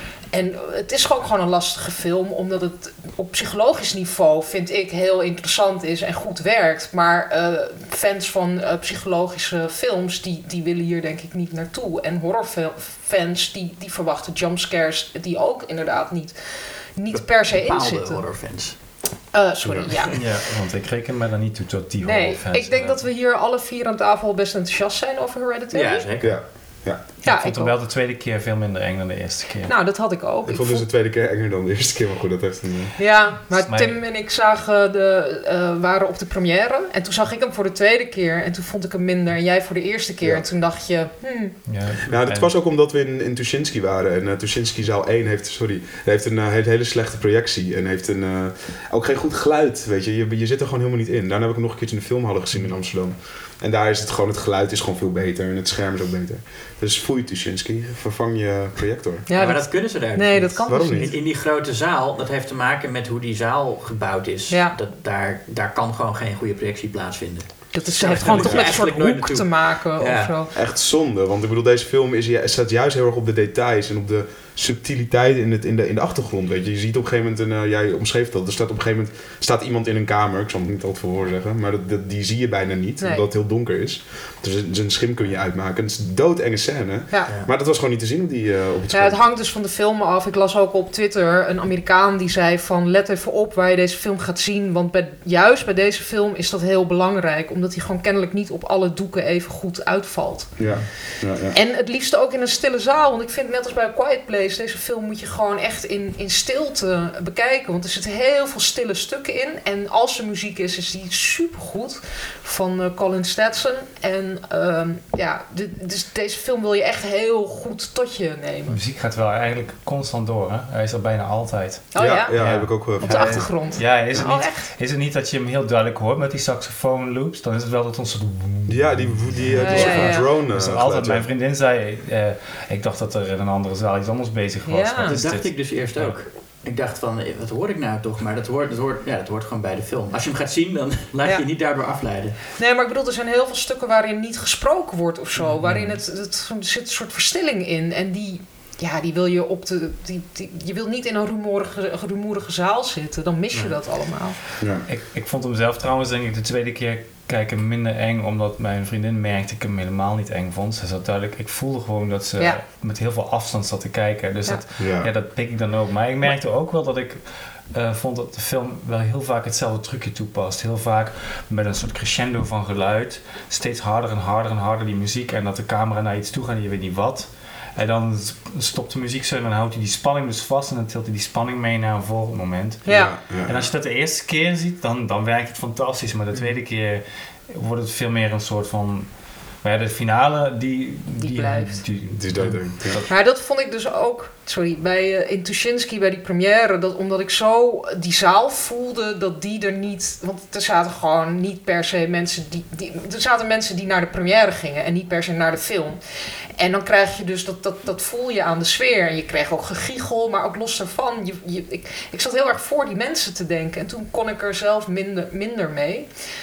En het is gewoon, gewoon een lastige film, omdat het op psychologisch niveau, vind ik, heel interessant is en goed werkt. Maar uh, fans van uh, psychologische films, die, die willen hier denk ik niet naartoe. En horrorfans, die, die verwachten jumpscares die ook inderdaad niet, niet per se in zitten. Horrorfans. Uh, sorry, ja. Ja, want ik reken me daar niet toe tot die nee, horrorfans. ik denk dat we hier alle vier aan tafel best enthousiast zijn over Hereditary. Ja, zeker. Ja. Ja. Ja, ik vond hem wel de tweede keer veel minder eng dan de eerste keer. Nou, dat had ik ook. Ik, ik vond dus de tweede keer enger dan de eerste keer, maar goed, dat heeft een... Ja, maar mijn... Tim en ik zagen de, uh, waren op de première. En toen zag ik hem voor de tweede keer. En toen vond ik hem minder. En jij voor de eerste keer. Ja. En toen dacht je... Hmm. Ja, nou, dat en... was ook omdat we in, in Tuschinski waren. En uh, Tuschinski zaal één heeft, sorry, heeft een uh, heeft hele slechte projectie. En heeft een, uh, ook geen goed geluid, weet je. je. Je zit er gewoon helemaal niet in. Daarna heb ik nog een keertje in de filmhallen gezien in Amsterdam. En daar is het gewoon, het geluid is gewoon veel beter. En het scherm is ook beter. Dus foei Tuschinski, vervang je projector. Ja, maar dat, dat kunnen ze daar Nee, niet. dat kan Waarom dus niet? In, in die grote zaal, dat heeft te maken met hoe die zaal gebouwd is. Ja. Dat, daar, daar kan gewoon geen goede projectie plaatsvinden. Dat is, heeft gewoon toch met een soort hoek te maken ja. of zo. Echt zonde, want ik bedoel, deze film is, staat juist heel erg op de details en op de subtiliteit in, het, in, de, in de achtergrond. Weet je. Je ziet op een gegeven moment, een, uh, jij omschreef dat, er staat op een gegeven moment staat iemand in een kamer, ik zal het niet altijd voor horen zeggen, maar dat, dat, die zie je bijna niet, nee. omdat het heel donker is. Dus zijn schim kun je uitmaken. Het is een doodenge scène, ja. Ja. Maar dat was gewoon niet te zien op, die, uh, op het scherm. Ja, het hangt dus van de film af. Ik las ook op Twitter een Amerikaan die zei van let even op waar je deze film gaat zien, want bij, juist bij deze film is dat heel belangrijk, omdat hij gewoon kennelijk niet op alle doeken even goed uitvalt. Ja. Ja, ja. En het liefst ook in een stille zaal, want ik vind net als bij A Quiet Place, deze film moet je gewoon echt in, in stilte bekijken, want er zitten heel veel stille stukken in en als er muziek is, is die supergoed van uh, Colin Stetson en uh, ja, de, dus deze film wil je echt heel goed tot je nemen. De muziek gaat wel eigenlijk constant door, hè? Hij is er bijna altijd. Oh ja? Ja, ja, ja. heb ik ook wel. Op de achtergrond. Ja, is het, oh, niet, is het niet dat je hem heel duidelijk hoort met die saxofoon loops? Dan is het wel dat ons soort... Ja, die, die, die, ja, die soort ja, ja. van drone. Dus Uh, altijd, geluid, mijn vriendin zei, uh, ik dacht dat er in een andere zaal iets anders bezig was. Ja. Dat is dacht dit? ik dus eerst ook. Ik dacht van, wat hoor ik nou toch? Maar dat hoort, dat, hoort, ja, dat hoort gewoon bij de film. Als je hem gaat zien, dan laat je ja. je niet daardoor afleiden. Nee, maar ik bedoel, er zijn heel veel stukken waarin niet gesproken wordt of zo. Mm-hmm. Waarin het, het, er zit een soort verstilling in. En die, ja, die wil je op de... Die, die, je wilt niet in een rumoerige, rumoerige zaal zitten. Dan mis je ja. dat allemaal. Ja. Ik, ik vond hem zelf trouwens, denk ik, de tweede keer kijken minder eng. Omdat mijn vriendin merkte dat ik hem helemaal niet eng vond. Ze zat duidelijk... Ik voelde gewoon dat ze ja. met heel veel afstand zat te kijken. Dus ja. Dat, ja. Ja, dat pik ik dan ook. Maar ik merkte ook wel dat ik... Uh, vond dat de film wel heel vaak hetzelfde trucje toepast. Heel vaak met een soort crescendo van geluid. Steeds harder en harder en harder die muziek. En dat de camera naar iets toe gaat en je weet niet wat. En dan stopt de muziek zo en dan houdt hij die spanning dus vast. En dan tilt hij die spanning mee naar een volgend moment. Ja. Ja, ja. En als je dat de eerste keer ziet, dan, dan werkt het fantastisch. Maar de tweede keer wordt het veel meer een soort van... Maar ja, de finale, die... Die, die blijft. Die, die is doodeng. Ja. Maar dat vond ik dus ook... Sorry, bij uh, in Tuschinski, bij die première... Dat, omdat ik zo die zaal voelde, dat die er niet... Want er zaten gewoon niet per se mensen die, die... Er zaten mensen die naar de première gingen... En niet per se naar de film. En dan krijg je dus... Dat, dat, dat voel je aan de sfeer. En je kreeg ook gegiegel, maar ook los daarvan. Je, je, ik, ik zat heel erg voor die mensen te denken. En toen kon ik er zelf minder, minder mee...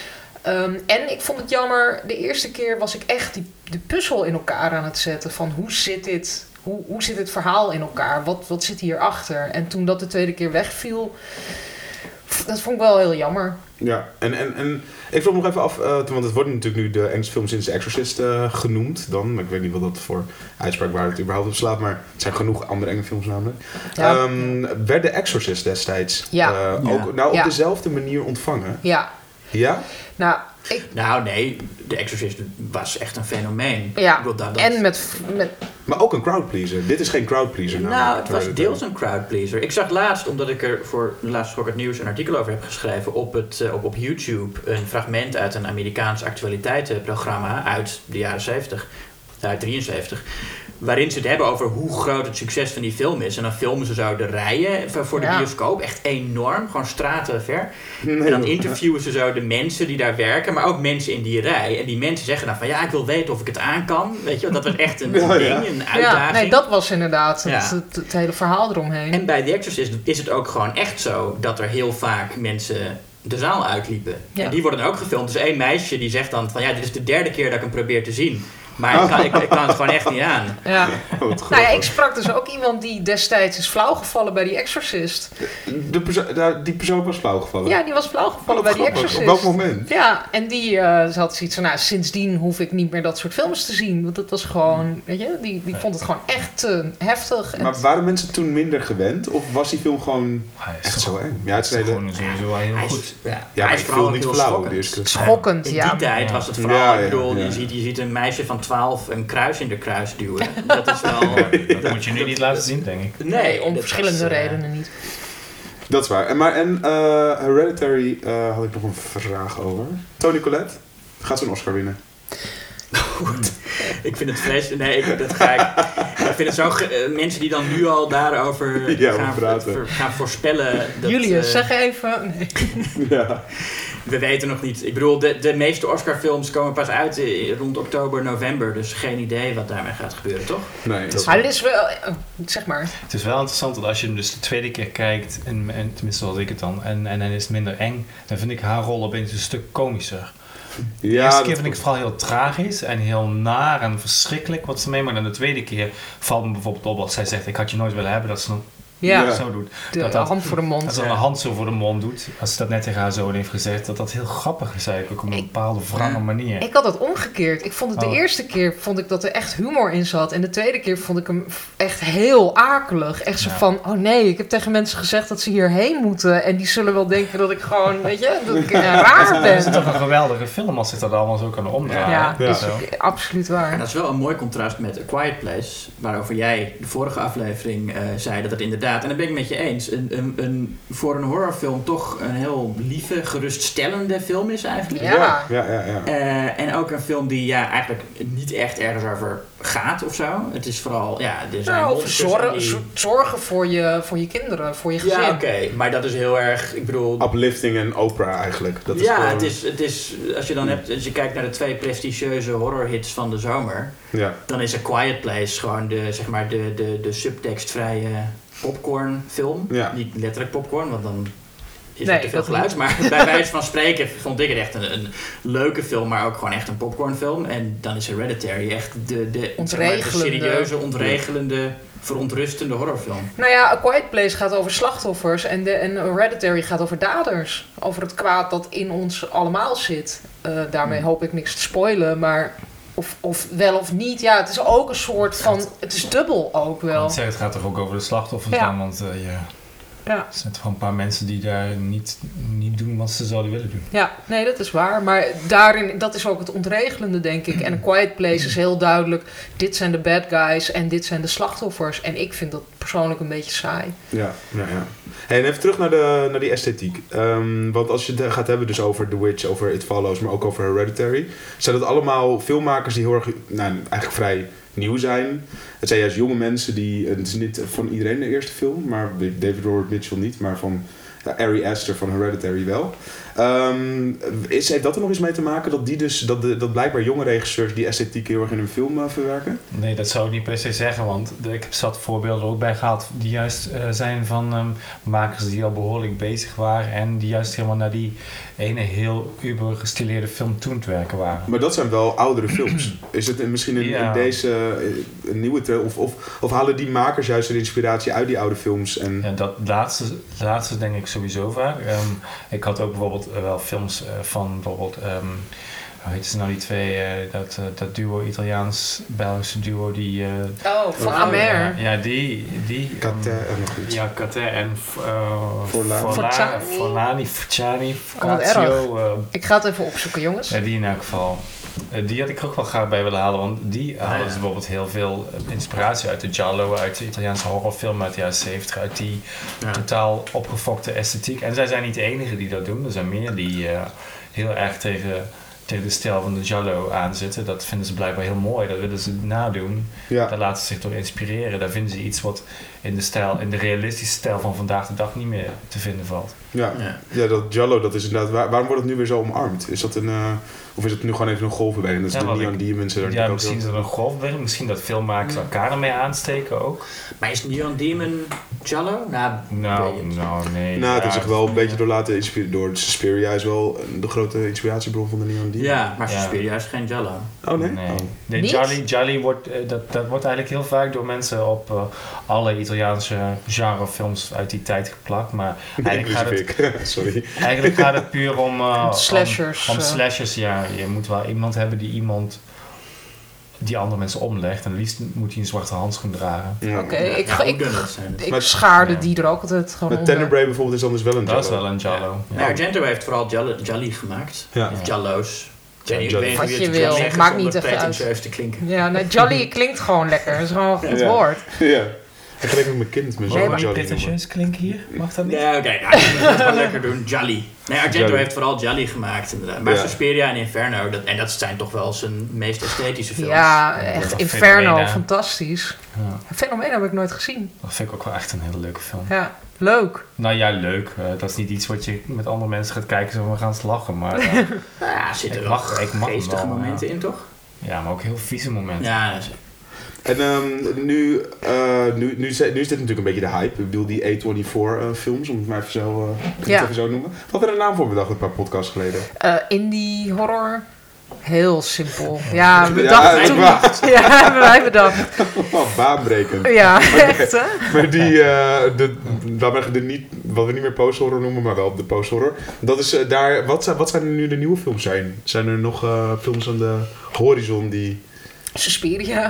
Um, en ik vond het jammer, de eerste keer was ik echt die, de puzzel in elkaar aan het zetten. Van hoe zit dit, hoe, hoe zit dit verhaal in elkaar? Wat, wat zit hierachter? En toen dat de tweede keer wegviel, dat vond ik wel heel jammer. Ja, en, en, en ik vroeg nog even af, uh, want het wordt natuurlijk nu de Engelse film sinds The Exorcist uh, genoemd dan. Ik weet niet wat dat voor uitspraak waar het überhaupt op slaat, maar het zijn genoeg andere enge films namelijk. Ja. Um, werd The Exorcist destijds ja. uh, ook ja. nou, op ja. dezelfde manier ontvangen? Ja. Ja? Nou, ik... nou nee, The Exorcist was echt een fenomeen. Ja, dat, dat... en met, met... Maar ook een crowdpleaser. Dit is geen crowdpleaser. Nou, het was deels een crowdpleaser. Ik zag laatst, omdat ik er voor laatst voor het nieuws een artikel over heb geschreven, op, het, uh, op, op YouTube een fragment uit een Amerikaans actualiteitenprogramma uit de jaren zeventig, uit drieënzeventig. Waarin ze het hebben over hoe groot het succes van die film is. En dan filmen ze zo de rijen voor de ja. bioscoop. Echt enorm. Gewoon straten ver. Nee, en dan interviewen ze zo de mensen die daar werken. Maar ook mensen in die rij. En die mensen zeggen dan van... Ja, ik wil weten of ik het aan kan. Weet je, dat was echt een ja, ding. Ja. Een uitdaging. Ja, nee, dat was inderdaad het, ja. het, het, het hele verhaal eromheen. En bij The Exorcist is het ook gewoon echt zo... dat er heel vaak mensen de zaal uitliepen. Ja. En die worden ook gefilmd. Dus één meisje die zegt dan van... Ja, dit is de derde keer dat ik hem probeer te zien. Maar ik kan, ik, ik kan het gewoon echt niet aan. Ja. Oh, nou ja, ik sprak dus ook iemand die destijds is flauwgevallen bij die Exorcist. De perso- die persoon was flauwgevallen? Ja, die was flauwgevallen oh, bij die Exorcist. Op welk moment? Ja, en die uh, had zoiets van, nou, sindsdien hoef ik niet meer dat soort films te zien. Want dat was gewoon, weet je, die, die vond het gewoon echt uh, heftig. Maar waren mensen toen minder gewend? Of was die film gewoon echt zo eng? Ja, het is gewoon sowieso heel goed. Ja, ja, maar ik voel niet flauw. Schokkend, ja. In die tijd was het vooral, ja, ja, ik bedoel, ja. je, ziet, je ziet een meisje van twaalf een kruis in de kruis duwen. Dat is wel... dat moet je nu niet laten zien, denk ik. Nee, om verschillende was, redenen uh, niet. Dat is waar. En, maar, en uh, Hereditary uh, had ik nog een vraag over. Toni Collette, gaat ze een Oscar winnen? Goed. Ik vind het vreselijk. Nee, ik, dat ga ik. Ik vind het zo. Uh, mensen die dan nu al daarover ja, gaan, ver, gaan voorspellen. Dat, Julius, uh, zeg even. Nee. Ja. We weten nog niet. Ik bedoel, de, de meeste Oscar-films komen pas uit uh, rond oktober, november. Dus geen idee wat daarmee gaat gebeuren, toch? Nee. Dat maar het is wel. Uh, zeg maar. Het is wel interessant dat als je hem dus de tweede keer kijkt, en, en tenminste zoals ik het dan, en, en dan is het minder eng, dan vind ik haar rol opeens een stuk komischer. De ja, eerste keer vind ik het vooral heel tragisch en heel naar en verschrikkelijk wat ze mee, maar dan de tweede keer valt me bijvoorbeeld op als zij zegt, ik had je nooit willen hebben, dat ze dan ja. zo doet. De dat dat, hand voor de mond. Als ze dan de hand zo voor de mond doet, als ze dat net tegen haar zoon heeft gezegd, dat dat heel grappig is eigenlijk, ook op een bepaalde wrange manier. Ik had het omgekeerd. Ik vond het de oh. eerste keer vond ik dat er echt humor in zat. En de tweede keer vond ik hem echt heel akelig. Echt zo ja. van, oh nee, ik heb tegen mensen gezegd dat ze hierheen moeten. En die zullen wel denken dat ik gewoon, weet je, dat ik uh, raar ben. Het is toch een geweldige film als ze dat allemaal zo kunnen omdraaien. Ja, ja. Is ja. absoluut waar. En dat is wel een mooi contrast met A Quiet Place, waarover jij de vorige aflevering uh, zei dat het inderdaad, en daar ben ik met je eens, een, een, een, voor een horrorfilm toch een heel lieve, geruststellende film is eigenlijk. Ja, ja, ja. ja. Uh, en ook een film die ja, eigenlijk niet echt ergens over gaat of zo. Het is vooral, ja, er zijn nou, over zorgen, die... zorgen voor je, voor je kinderen, voor je gezin. Ja, oké, okay. Maar dat is heel erg, ik bedoel... Uplifting en Oprah eigenlijk. Dat is ja, gewoon... het, is, het is, als je dan hebt, als je kijkt naar de twee prestigieuze horrorhits van de zomer, ja. dan is A Quiet Place gewoon de, zeg maar, de, de, de subtekstvrije popcornfilm. Ja. Niet letterlijk popcorn, want dan is nee, er te veel geluid. Niet. Maar bij wijze van spreken vond ik het echt een, een leuke film, maar ook gewoon echt een popcornfilm. En dan is Hereditary echt de, de, ontregelende. Zeg maar, de serieuze, ontregelende, verontrustende horrorfilm. Nou ja, A Quiet Place gaat over slachtoffers en, de, en Hereditary gaat over daders. Over het kwaad dat in ons allemaal zit. Uh, daarmee hoop ik niks te spoilen, maar... Of, of wel of niet, ja, het is ook een soort van... Het is dubbel ook wel. Ik zeg, het gaat toch ook over de slachtoffers ja. dan, want uh, ja, ja. er zijn toch een paar mensen die daar niet, niet doen wat ze zouden willen doen. Ja, nee, dat is waar. Maar daarin, dat is ook het ontregelende, denk ik. En A Quiet Place is heel duidelijk, dit zijn de bad guys en dit zijn de slachtoffers. En ik vind dat persoonlijk een beetje saai. Ja, ja, ja. Hey, en even terug naar, de, naar die esthetiek. Um, want als je het gaat hebben dus over The Witch, over It Follows, maar ook over Hereditary, zijn dat allemaal filmmakers die heel erg, nou, eigenlijk vrij nieuw zijn. Het zijn juist jonge mensen die, het is niet van iedereen de eerste film, maar David Robert Mitchell niet, maar van uh, Ari Aster van Hereditary wel. Um, is, heeft dat er nog eens mee te maken dat, die dus, dat, de, dat blijkbaar jonge regisseurs die esthetiek heel erg in hun film uh, verwerken? Nee, dat zou ik niet per se zeggen, want de, ik heb zat voorbeelden er ook bij gehad die juist uh, zijn van um, makers die al behoorlijk bezig waren en die juist helemaal naar die ene heel uber gestileerde film toen te werken waren. Maar dat zijn wel oudere films. Is het misschien in, ja. in deze uh, een nieuwe trailer, of, of, of halen die makers juist de inspiratie uit die oude films? En... Ja, dat laatste, laatste denk ik sowieso vaak. Um, ik had ook bijvoorbeeld uh, wel films uh, van bijvoorbeeld, um, hoe heet ze nou die twee, uh, dat, uh, dat duo Italiaans-Belgische duo die... Uh, oh, van oh, Amer. Ja, ja, die... die Cater um, en nog iets. Ja, Cater en uh, Forlani. Forlani, Forlani, Forciani, Focaccio. Uh, ik ga het even opzoeken, jongens. Ja, die in elk geval. Uh, die had ik ook wel graag bij willen halen, want die halen dus bijvoorbeeld heel veel inspiratie uit de giallo, uit de Italiaanse horrorfilm uit de jaren zeventig, uit die ja. totaal opgefokte esthetiek. En zij zijn niet de enigen die dat doen, er zijn meer die uh, heel erg tegen, tegen de stijl van de giallo aanzitten. Dat vinden ze blijkbaar heel mooi, dat willen ze nadoen. Ja. Daar laten ze zich door inspireren, daar vinden ze iets wat in de, stijl, in de realistische stijl van vandaag de dag niet meer te vinden valt. Ja, ja. ja dat giallo, dat is inderdaad... Waar, waarom wordt het nu weer zo omarmd? Is dat een... Uh, of is het nu gewoon even een golfbeweging? Dat is ja, de Neon Demons. Er ja, misschien is het een golfbeweging. Misschien dat filmmakers ja. elkaar ermee aansteken ook. Maar is Neon Demon giallo? Nou, nou, nou nee. Nou, het is zich wel een beetje door laten inspireren. Door Suspiria is wel de grote inspiratiebron van de Neon Demon. Ja, maar Suspiria ja. is geen giallo. Oh nee? Nee, oh. nee Jolly, Jolly wordt, uh, dat, dat wordt eigenlijk heel vaak door mensen op uh, alle Italiaanse genrefilms uit die tijd geplakt. Maar nee, eigenlijk, gaat het, Sorry. eigenlijk gaat het puur om... Uh, slashers. Om, om slashers, ja. Je moet wel iemand hebben die iemand... die andere mensen omlegt. En liefst moet hij een zwarte handschoen dragen. Ja. Oké, okay, ik, ja, ik, ik, ik schaarde ja. die er ook altijd gewoon Met Tenebrae bijvoorbeeld is anders wel een giallo. Dat is wel een giallo. Ja. Ja. Argento heeft vooral Gialli gemaakt. Ja. Of Giallo's. Ja, Jolly. Wat je wil, het maakt niet echt uit. Te klinken. Ja, nee, Jolly klinkt gewoon lekker. Dat is gewoon een goed ja. woord. Ja. Ik ga met mijn kind met zo'n Jolly pretentieus klinken hier? Mag dat niet? Ja, oké. Okay, nou, ik moet het wel lekker doen. Jolly. Nee, Argento Jolly. heeft vooral Jolly gemaakt inderdaad. Maar ja. Suspiria en Inferno, dat, en dat zijn toch wel zijn meest esthetische films. Ja, echt ja, Inferno, Fenomena. Fantastisch. Ja. Fenomena heb ik nooit gezien. Dat vind ik ook wel echt een hele leuke film. Ja, leuk. Nou ja, leuk. Uh, dat is niet iets wat je met andere mensen gaat kijken, zo we gaan lachen. Maar uh, nou ja, zitten er mag, ik mag geestige wel, momenten ja. in, toch? Ja, maar ook heel vieze momenten. Ja, dat is... En um, nu, uh, nu, nu, is, nu is dit natuurlijk een beetje de hype. Ik bedoel, die A vierentwintig uh, films, om het maar even zo, uh, ja. even zo noemen. Wat hebben we er naam voor bedacht een paar podcasts geleden? Uh, indie horror. Heel simpel. Ja, we ja, dachten toen... Ja, hebben wij bedacht. Oh, baanbrekend. Ja, maar, echt hè? Maar die, uh, de, de, de niet, wat we niet meer post-horror noemen, maar wel de post-horror. Dat is uh, daar, wat, wat zijn er nu de nieuwe films zijn? Zijn er nog uh, films aan de horizon die... Suspiria.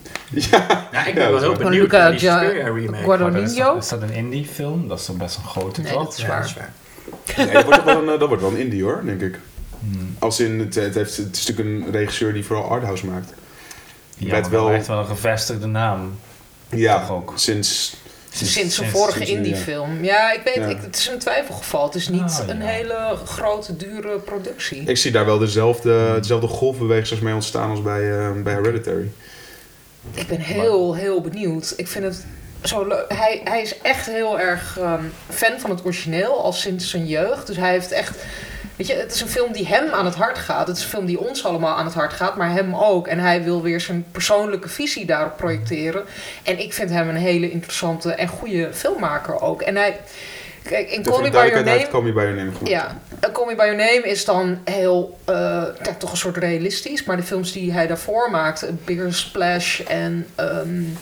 Ja, ja, ik ben ja, wel heel benieuwd Luca naar die Suspiria remake. Guadagnino. Is dat een indie film? Dat is toch best een grote, nee, toch? dat is waar. Ja, dat is waar. Nee, dat, wordt wel een, dat wordt wel een indie hoor, denk ik. Hmm. Als in, het, het, heeft, het is natuurlijk een regisseur die vooral arthouse maakt. Ja, maar wel echt wel een gevestigde naam. Ja, ook. sinds... Sinds, sinds zijn vorige sinds indie-film. Ja, ik weet, ja. Ik, het is een twijfelgeval. Het is niet oh, ja. een hele grote, dure productie. Ik zie daar wel dezelfde, dezelfde golfbeweging mee ontstaan als bij, uh, bij Hereditary. Ik ben heel, heel benieuwd. Ik vind het zo leuk. Hij, hij is echt heel erg um, fan van het origineel, al sinds zijn jeugd. Dus hij heeft echt... Weet je, het is een film die hem aan het hart gaat. Het is een film die ons allemaal aan het hart gaat, maar hem ook. En hij wil weer zijn persoonlijke visie daarop projecteren. En ik vind hem een hele interessante en goede filmmaker ook. En hij... Kijk, in Call Me By Your Name... Call Me By Your Name ja, Call Me By Your Name is dan heel... Uh, kijk, toch een soort realistisch. Maar de films die hij daarvoor maakte... Bigger Splash en... Um,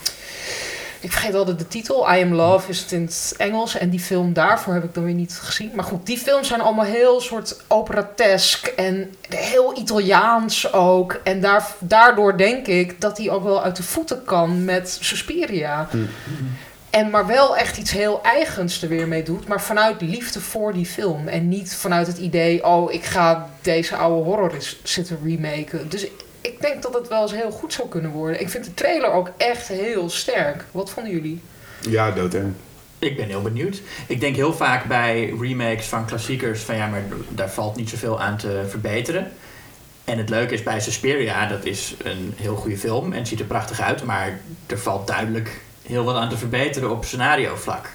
ik vergeet altijd de titel. I Am Love is het in het Engels. En die film daarvoor heb ik dan weer niet gezien. Maar goed, die films zijn allemaal heel soort operatesk. En heel Italiaans ook. En daar, daardoor denk ik dat hij ook wel uit de voeten kan met Suspiria. Mm-hmm. En maar wel echt iets heel eigens er weer mee doet. Maar vanuit liefde voor die film. En niet vanuit het idee... oh, ik ga deze oude horror zitten remaken. Dus ik denk dat het wel eens heel goed zou kunnen worden. Ik vind de trailer ook echt heel sterk. Wat vonden jullie? Ja, doodeng. Ik ben heel benieuwd. Ik denk heel vaak bij remakes van klassiekers... van ja, maar daar valt niet zoveel aan te verbeteren. En het leuke is bij Suspiria... dat is een heel goede film en het ziet er prachtig uit... maar er valt duidelijk... heel wat aan te verbeteren op scenario vlak.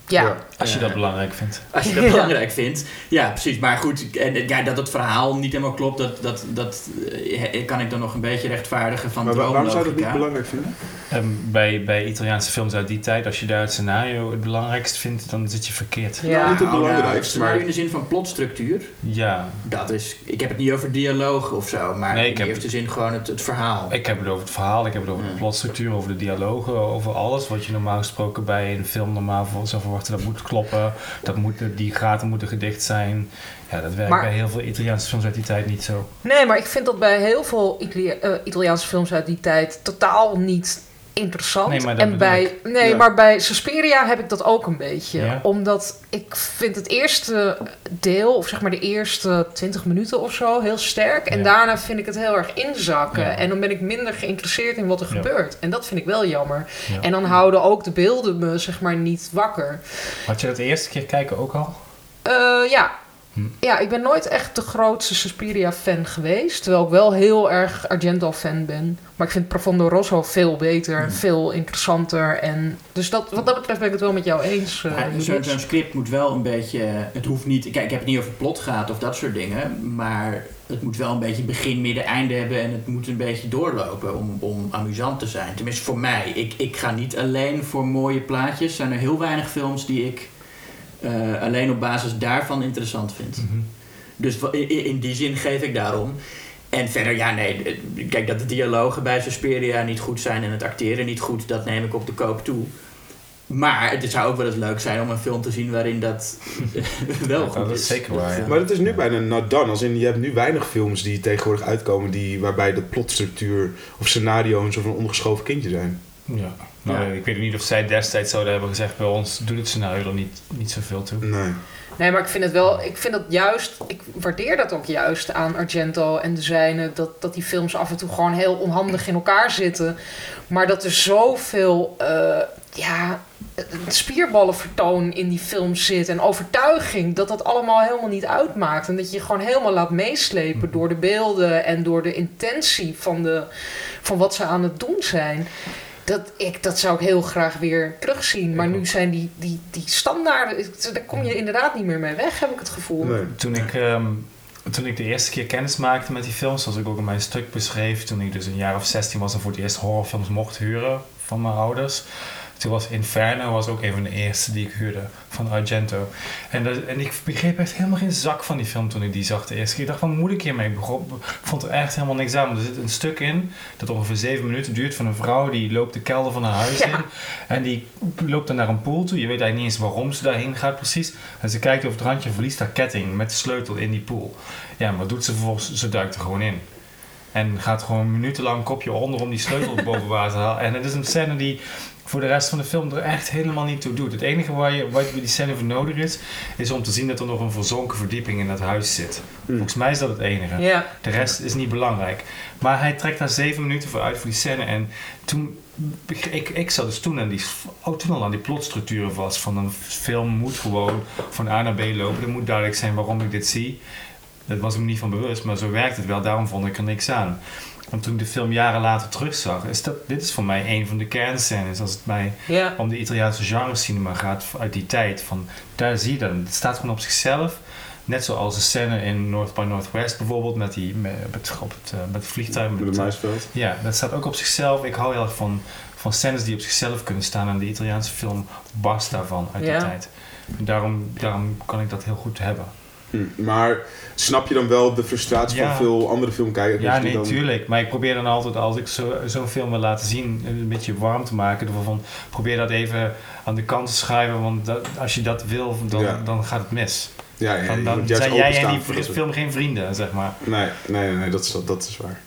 Ja. Ja. Als je Uh, dat belangrijk vindt. Als je dat Ja. belangrijk vindt. Ja, precies. Maar goed, en, ja, dat het verhaal niet helemaal klopt, dat, dat, dat uh, kan ik dan nog een beetje rechtvaardigen van Maar wa- waarom zou je dat niet droomlogica. belangrijk vinden? Um, bij, bij Italiaanse films uit die tijd, als je daar het scenario het belangrijkst vindt, dan zit je verkeerd. Ja. Nou, niet het Nou, belangrijkste, nou, maar... in de zin van plotstructuur. Ja, Dat is, ik heb het niet over dialoog of zo, maar Nee, ik in de heb eerste zin gewoon het, het verhaal. ik heb het over het verhaal, ik heb het over Ja. de plotstructuur, over de dialogen, over alles wat je normaal gesproken bij een film normaal voor zou verwachten. Dat moet kloppen, dat moet, die gaten moeten gedicht zijn. Ja, dat werkt Maar- bij heel veel Italiaanse films uit die tijd niet zo. Nee, maar ik vind dat bij heel veel Itali- uh, Italiaanse films uit die tijd totaal niet interessant. Nee, maar dat en bedoel bij, ik. nee, Ja. maar bij Suspiria heb ik dat ook een beetje. Ja? Omdat ik vind het eerste deel, of zeg maar de eerste twintig minuten of zo, heel sterk. En Ja. daarna vind ik het heel erg inzakken. Ja. En dan ben ik minder geïnteresseerd in wat er Ja. gebeurt. En dat vind ik wel jammer. Ja. En dan houden ook de beelden me zeg maar niet wakker. Had je dat de eerste keer kijken ook al? Uh, ja. Hm. Ja, ik ben nooit echt de grootste Suspiria-fan geweest. Terwijl ik wel heel erg Argento-fan ben. Maar ik vind Profondo Rosso veel beter en veel interessanter. En dus dat, wat dat betreft ben ik het wel met jou eens. Uh, Maar zo'n zo'n script moet wel een beetje, het hoeft niet, kijk, ik heb het niet over plot gaat of dat soort dingen, maar het moet wel een beetje begin, midden, einde hebben en het moet een beetje doorlopen om, om amusant te zijn. Tenminste voor mij. Ik, ik ga niet alleen voor mooie plaatjes. Er zijn er heel weinig films die ik uh, alleen op basis daarvan interessant vind. Mm-hmm. Dus in, in die zin geef ik daarom. En verder, ja, nee, kijk, dat de dialogen bij Suspiria niet goed zijn en het acteren niet goed, dat neem ik op de koop toe. Maar het zou ook wel eens leuk zijn om een film te zien waarin dat wel Ja, goed dat is is. zeker waar, ja. Maar dat is nu bijna not done. Als in, je hebt nu weinig films die tegenwoordig uitkomen die, waarbij de plotstructuur of scenario een soort van ondergeschoven kindje zijn. Ja. Nou, Ja. ik weet niet of zij destijds zouden hebben gezegd, bij ons doet het scenario er niet, niet zoveel toe. Nee. Nee, maar ik vind het wel, ik vind dat juist, ik waardeer dat ook juist aan Argento en de zijne, dat, dat die films af en toe gewoon heel onhandig in elkaar zitten. Maar dat er zoveel, uh, ja, spierballenvertoon in die films zit en overtuiging, dat dat allemaal helemaal niet uitmaakt. En dat je je gewoon helemaal laat meeslepen door de beelden en door de intentie van, de, van wat ze aan het doen zijn. Dat, ik, dat zou ik heel graag weer terugzien. Maar nu zijn die, die, die standaarden, daar kom je inderdaad niet meer mee weg, heb ik het gevoel. Nee. Toen ik, um, toen ik de eerste keer kennis maakte met die films, zoals ik ook in mijn stuk beschreef, toen ik dus een jaar of zestien was en voor het eerst horrorfilms mocht huren van mijn ouders. Toen was Inferno was ook een van de eerste die ik huurde van Argento. En, dat, en ik begreep echt helemaal geen zak van die film toen ik die zag de eerste keer. Ik dacht, wat moet ik hiermee? Ik vond er echt helemaal niks aan. Er zit een stuk in dat ongeveer zeven minuten duurt van een vrouw die loopt de kelder van haar huis Ja. in. En die loopt dan naar een pool toe. Je weet eigenlijk niet eens waarom ze daarheen gaat precies. En ze kijkt over het randje en verliest haar ketting met de sleutel in die pool. Ja, maar wat doet ze vervolgens? Ze duikt er gewoon in. En gaat gewoon minutenlang een kopje onder om die sleutel boven water te halen. En het is een scène die voor de rest van de film er echt helemaal niet toe doet. Het enige waar je, wat bij die scène voor nodig is, is om te zien dat er nog een verzonken verdieping in dat huis zit. Mm. Volgens mij is dat het enige. Ja. De rest is niet belangrijk. Maar hij trekt daar zeven minuten voor uit voor die scène. En toen, ik, ik zat dus toen, aan die, oh, toen al aan die plotstructuren vast. Van een film moet gewoon van A naar B lopen. Er moet duidelijk zijn waarom ik dit zie. Dat was ik me niet van bewust, maar zo werkt het wel. Daarom vond ik er niks aan. En toen ik de film jaren later terugzag, is dat, dit is voor mij een van de kernscènes. Als het mij Ja. om de Italiaanse genrecinema gaat uit die tijd. Van, daar zie je dat. Het staat gewoon op zichzelf. Net zoals de scène in North by Northwest bijvoorbeeld, met, die, met, het, op het, uh, met het vliegtuig. Met Met het het, muisveld. ja, dat staat ook op zichzelf. Ik hou heel erg van, van scènes die op zichzelf kunnen staan. En de Italiaanse film barst daarvan uit Ja. die tijd. En daarom, daarom kan ik dat heel goed hebben. Hm. Maar snap je dan wel de frustratie Ja. van veel andere filmkijkers? Ja, die nee, dan... tuurlijk. Maar ik probeer dan altijd, als ik zo, zo'n film wil laten zien, een beetje warm te maken. Ervan van, probeer dat even aan de kant te schuiven. Want dat, als je dat wil, dan, Ja. dan gaat het mis. Ja, ja, Dan, je dan moet juist zijn jij en openstaan die voor dat soort- film geen vrienden, zeg maar. Nee, nee, nee, nee dat, is, dat is waar.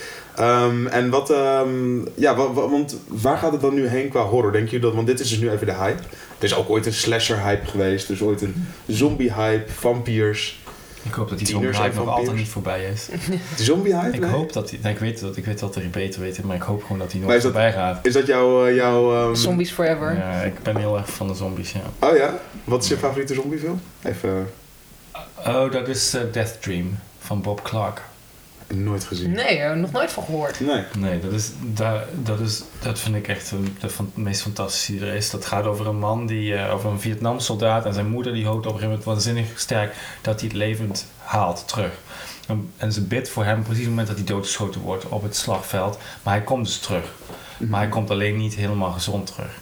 Um, en wat, um, ja, wa, wa, want waar gaat het dan nu heen qua horror, denk je dat? Want dit is dus nu even de hype. Er is ook ooit een slasher-hype geweest, er is ooit een zombie-hype, vampiers. Ik hoop dat die Tieners zombie-hype en nog altijd vampiers. niet voorbij is. De zombie-hype? Ik nee? hoop dat die, nou, ik weet dat ik weet dat er beter weten, maar ik hoop gewoon dat die nog Maar is dat- voorbij gaat. Is dat jouw... Uh, jouw um... Zombies Forever. Ja, ik ben heel erg van de zombies, ja. Oh ja? Wat is je favoriete zombiefilm? Even... Oh, dat is uh, Death Dream van Bob Clark. Nooit gezien. Nee, daar heb ik nog nooit van gehoord. Nee. Nee, dat, is, dat, dat, is, dat vind ik echt een, de van, het meest fantastische die er is. Dat gaat over een man, die, uh, over een Vietnam-soldaat en zijn moeder die hoopt op een gegeven moment waanzinnig sterk dat hij het levend haalt terug. En, en ze bidt voor hem precies op het moment dat hij doodgeschoten wordt op het slagveld. Maar hij komt dus terug. Maar hij komt alleen niet helemaal gezond terug.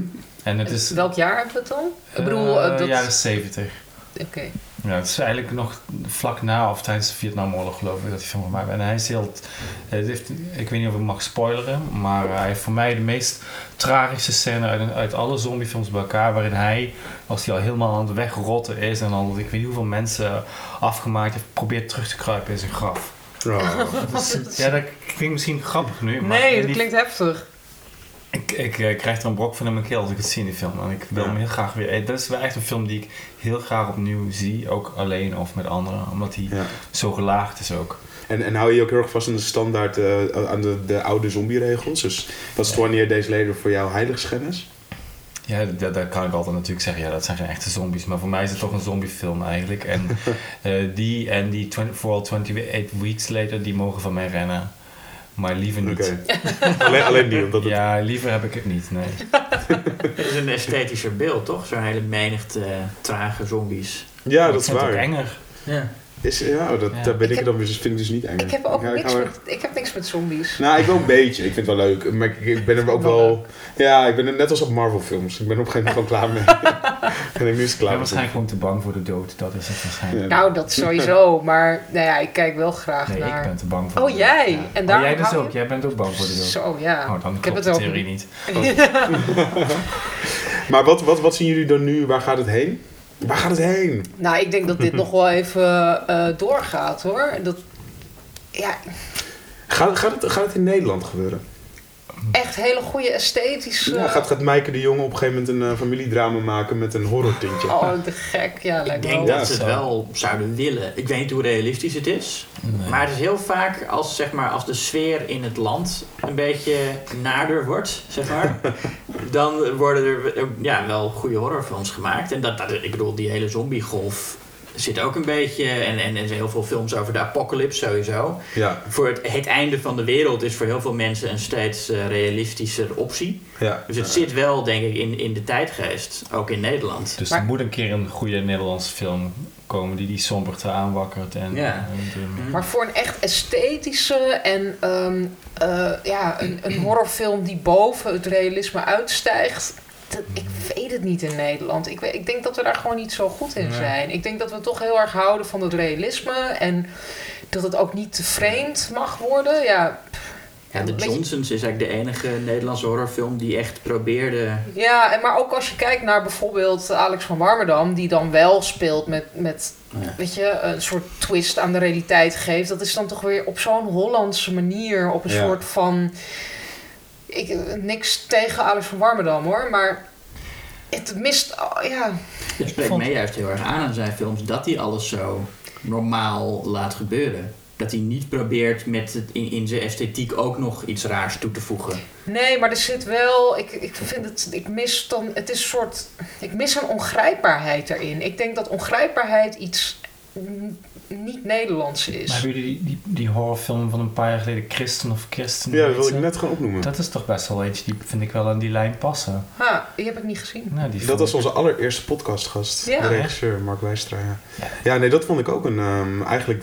En het is, welk jaar hebben we het dan? Ik bedoel, uh, uh, dat... jaren zeventig. Oké. Okay. Ja, het is eigenlijk nog vlak na of tijdens de Vietnamoorlog geloof ik dat hij film gemaakt werd. En hij is heel... Het heeft, ik weet niet of ik mag spoileren, maar hij heeft voor mij de meest tragische scène uit, uit alle zombiefilms bij elkaar, waarin hij, als hij al helemaal aan het wegrotten is en al ik weet niet hoeveel mensen afgemaakt heeft, probeert terug te kruipen in zijn graf. Oh. Dus, ja, dat klinkt misschien grappig nu, maar... Nee, dat die, klinkt heftig. Ik, ik, ik krijg er een brok van in mijn keel als ik het zie in die film. En ik wil ja. hem heel graag weer... Dat is wel echt een film die ik heel graag opnieuw zie. Ook alleen of met anderen. Omdat hij ja. zo gelaagd is ook. En, en hou je ook heel erg vast aan de standaard, uh, aan de, de oude zombie-regels? Dus wat is wanneer deze leden voor jou heiligschennis? Ja, dat, dat kan ik altijd natuurlijk zeggen. Ja, dat zijn geen echte zombies. Maar voor mij is het toch een zombiefilm eigenlijk. En uh, die en die For All twenty-eight Weeks Later, die mogen van mij rennen. Maar liever niet. Okay. alleen, alleen niet, omdat het... Ja, liever heb ik het niet, nee. Het is een esthetischer beeld, toch? Zo'n hele menigte uh, trage zombies. Ja, maar dat is waar. Het ook enger. Ja. Is, ja, dat, ja. daar ben ik, ik ik dan weer, vind ik dus niet eng. Ik heb ook ja, niks, ik met, ik heb niks met zombies. Nou, ik wel een beetje. Ik vind het wel leuk. Maar ik, ik ben er ook wel... Ja, ik ben er net als op Marvel films. Ik ben er op een gegeven moment gewoon klaar mee. En ik nu is het klaar. Ik ben waarschijnlijk gewoon te bang voor de dood. Dat is het waarschijnlijk. Ja. Nou, dat sowieso. Maar nou ja, ik kijk wel graag nee, naar... ik ben te bang voor Oh, de dood. jij? Ja. En daar oh, jij dus hou ook? Jij bent ook bang voor de dood? Zo, ja. Oh, dan ik klopt heb het de ook theorie niet. niet. Oh. Maar wat, wat, wat zien jullie dan nu? Waar gaat het heen? Waar gaat het heen? Nou, ik denk dat dit nog wel even uh, doorgaat, hoor. Dat... Ja... Gaat, gaat, het, gaat het in Nederland gebeuren? Echt hele goede esthetische... Ja, gaat, gaat Maaike de Jonge op een gegeven moment een uh, familiedrama maken met een horrortintje? Oh, te gek. Ja, ik denk wel. dat ja, ze het wel zouden willen. Ik weet niet hoe realistisch het is. Nee. Maar het is heel vaak als, zeg maar, als de sfeer in het land een beetje naarder wordt, zeg maar. Dan worden er ja, wel goede horrorfilms gemaakt. En dat, dat, ik bedoel, die hele zombiegolf zit ook een beetje... En, en, en heel veel films over de apocalypse sowieso. Ja. Voor het, het einde van de wereld is voor heel veel mensen een steeds uh, realistischer optie. Ja. Dus het ja. zit wel, denk ik, in, in de tijdgeest. Ook in Nederland. Dus maar, er moet een keer een goede Nederlandse film komen die die somberte aanwakkert. En, ja. en, en, maar voor een echt esthetische en um, uh, ja, een, een horrorfilm die boven het realisme uitstijgt... Dat, ik weet het niet in Nederland. Ik, weet, ik denk dat we daar gewoon niet zo goed in zijn. Nee. Ik denk dat we toch heel erg houden van het realisme. En dat het ook niet te vreemd mag worden. Ja, ja de Johnsons is eigenlijk de enige Nederlandse horrorfilm die echt probeerde... Ja, en maar ook als je kijkt naar bijvoorbeeld Alex van Warmerdam... die dan wel speelt met, met ja. weet je, een soort twist aan de realiteit geeft. Dat is dan toch weer op zo'n Hollandse manier. Op een ja. soort van... Ik, niks tegen Alex van Warmerdam hoor, maar het mist, oh, ja. Het spreekt vond... mij juist heel erg aan aan zijn films dat hij alles zo normaal laat gebeuren. Dat hij niet probeert met het in, in zijn esthetiek ook nog iets raars toe te voegen. Nee, maar er zit wel, ik, ik vind het, ik mis dan, het is een soort, ik mis een ongrijpbaarheid erin. Ik denk dat ongrijpbaarheid iets niet Nederlands is. Maar hebben jullie die, die, die horrorfilm van een paar jaar geleden, Christen of Christen? Ja, dat wil ik net gaan opnoemen. Dat is toch best wel eentje, die vind ik wel aan die lijn passen. Ah, die heb ik niet gezien. Nou, die dat was onze allereerste podcastgast, ja. de regisseur Mark Wijstra. Ja. Ja. ja, nee, dat vond ik ook een, um, eigenlijk...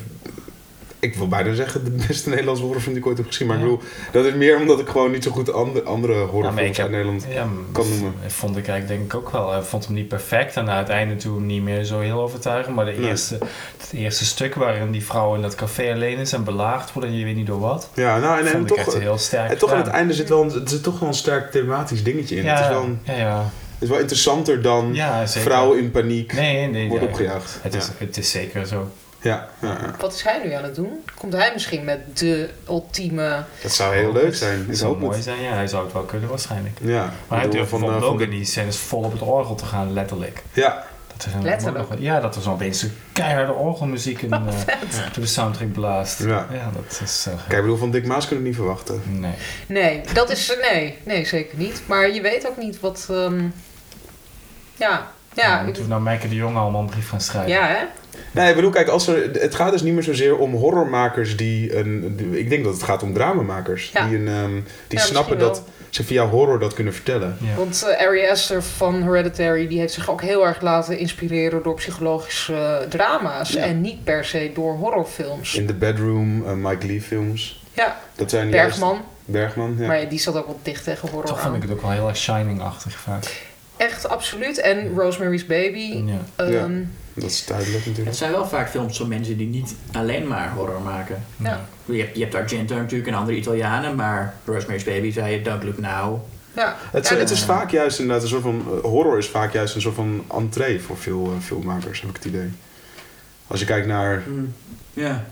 Ik wil bijna zeggen de beste Nederlandse horrorfilm die ik ooit heb gezien. Maar ja. ik bedoel, dat is meer omdat ik gewoon niet zo goed andere, andere horrorfilms ja, uit Nederland ja, kan noemen. Vond ik eigenlijk denk ik ook wel. Ik vond hem niet perfect en uiteindelijk toen niet meer zo heel overtuigend. Maar de nee. eerste, het eerste stuk waarin die vrouw in dat café alleen is en belaagd wordt en je weet niet door wat. Ja, nou en, en vond toch, ik echt heel sterk. En toch aan het einde zit, wel een, er zit toch wel een sterk thematisch dingetje in. Ja, het is wel een, ja, ja. Het is wel interessanter dan ja, vrouwen in paniek nee, nee, nee, worden ja, opgejaagd. Het is, ja. het is zeker zo. Ja, ja, ja. Wat is hij nu aan het doen? Komt hij misschien met de ultieme... Dat zou heel leuk zijn. Dat zou mooi zijn, ja. Hij zou het wel kunnen waarschijnlijk. Ja. Maar hij durft van, van ook in die scènes vol op het orgel te gaan, letterlijk. Ja. Dat is een, letterlijk? Nog, ja, dat er zo opeens een keiharde orgelmuziek in, oh, uh, door de soundtrack blaast. Ja. ja dat is... Uh, Kijk, ik bedoel, van Dick Maas kunnen we niet verwachten. Nee. Nee, dat is... Nee, nee, zeker niet. Maar je weet ook niet wat... Um, ja... Ja, ja, moeten we nou Maaike de Jonge allemaal een brief gaan schrijven? Ja, hè? Nee, ik bedoel, kijk, als er, het gaat dus niet meer zozeer om horrormakers die een... die- ik denk dat het gaat om dramamakers. Ja. Die, een, um, die Ja, snappen misschien dat ze via horror dat kunnen vertellen. Ja. Want uh, Ari Aster van Hereditary die heeft zich ook heel erg laten inspireren door psychologische uh, drama's. Ja. En niet per se door horrorfilms. In The Bedroom, uh, Mike Leigh films. Ja, Dat zijn Bergman. Juist, Bergman, ja. Maar ja, die zat ook wel dicht tegen horror Toch aan. vond ik het ook wel heel erg Shining-achtig vaak. Echt, absoluut. En Rosemary's Baby. Ja. Um, Ja. Dat is duidelijk Het natuurlijk. zijn wel vaak films van mensen die niet alleen maar horror maken. Ja. Je hebt, je hebt Argento natuurlijk en andere Italianen, maar Rosemary's Baby zei je, Don't Look Now. ja. Het, ja, het dat- is vaak juist inderdaad een soort van... uh, horror is vaak juist een soort van entree voor veel uh, filmmakers, heb ik het idee. Als je kijkt naar... Mm. Ja.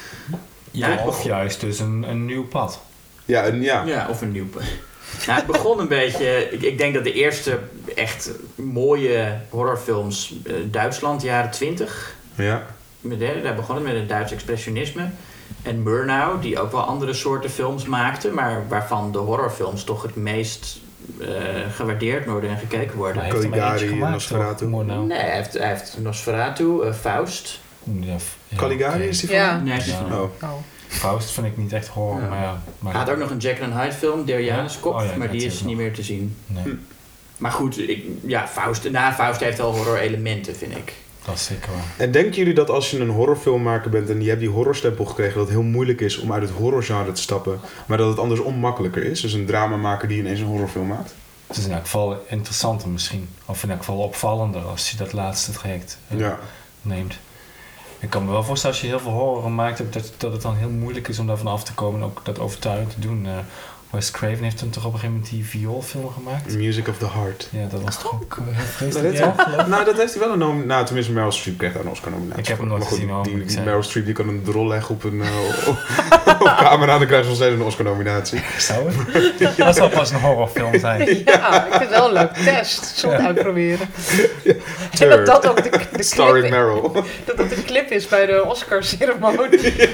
Ja, Ja, of juist dus een, een nieuw pad. Ja, en ja. ja, of een nieuw... Nou, het begon een beetje... Ik, ik denk dat de eerste echt mooie horrorfilms... Uh, Duitsland, jaren twintig. Ja. Met de, daar begon het met het Duits expressionisme. En Murnau, die ook wel andere soorten films maakte... maar waarvan de horrorfilms toch het meest uh, gewaardeerd worden en gekeken worden. Maar hij heeft er maar eentje Caligari en gemaakt, Nosferatu. toch? Mooi nou. Nee, hij heeft, hij heeft Nosferatu, uh, Faust. Ja, f- ja, Caligari oké. is die van? Ja. Nee, Ja. ja. Oh. Oh. Faust vind ik niet echt horror, Ja. maar ja. Maar Hij had ook nog een Jekyll and Hyde film, Der Januskopf, Oh ja, maar dat die is is nog. niet meer te zien. Nee, Hm. Maar goed, ik, ja, Faust, na Faust heeft wel horror elementen, vind ik. dat is zeker waar. En denken jullie dat als je een horrorfilmmaker bent en je hebt die horrorstempel gekregen, dat het heel moeilijk is om uit het horrorgenre te stappen, maar dat het andersom makkelijker is? Dus een dramamaker die ineens een horrorfilm maakt? Het is in elk geval interessanter misschien. Of in elk geval opvallender als je dat laatste traject eh, Ja. neemt. Ik kan me wel voorstellen als je heel veel horror maakt, dat, dat het dan heel moeilijk is om daarvan af te komen en ook dat overtuigend te doen. Uh, Wes Craven heeft dan toch op een gegeven moment die vioolfilm gemaakt? Music of the Heart. Ja, dat was toch ook uh, heel Nou, vreselijk. dit Ja, wel- nou, dat heeft hij wel een nom- Nou, tenminste, Meryl Streep kreeg daar een Oscar-nominatie. Ik heb hem nooit Maar goed, gezien, hoor, Die, moet ik die zeggen. Meryl Streep die kan een drol leggen op een uh, op, op camera en dan krijgt ze nog steeds een Oscar-nominatie. Zou het? Dat zou pas een horrorfilm zijn. Ja, ik vind het wel een leuk test. Zullen we het uitproberen? En Tur. dat dat ook de, de clip Starring is. Meryl. Dat dat de clip is bij de Oscar-ceremonie.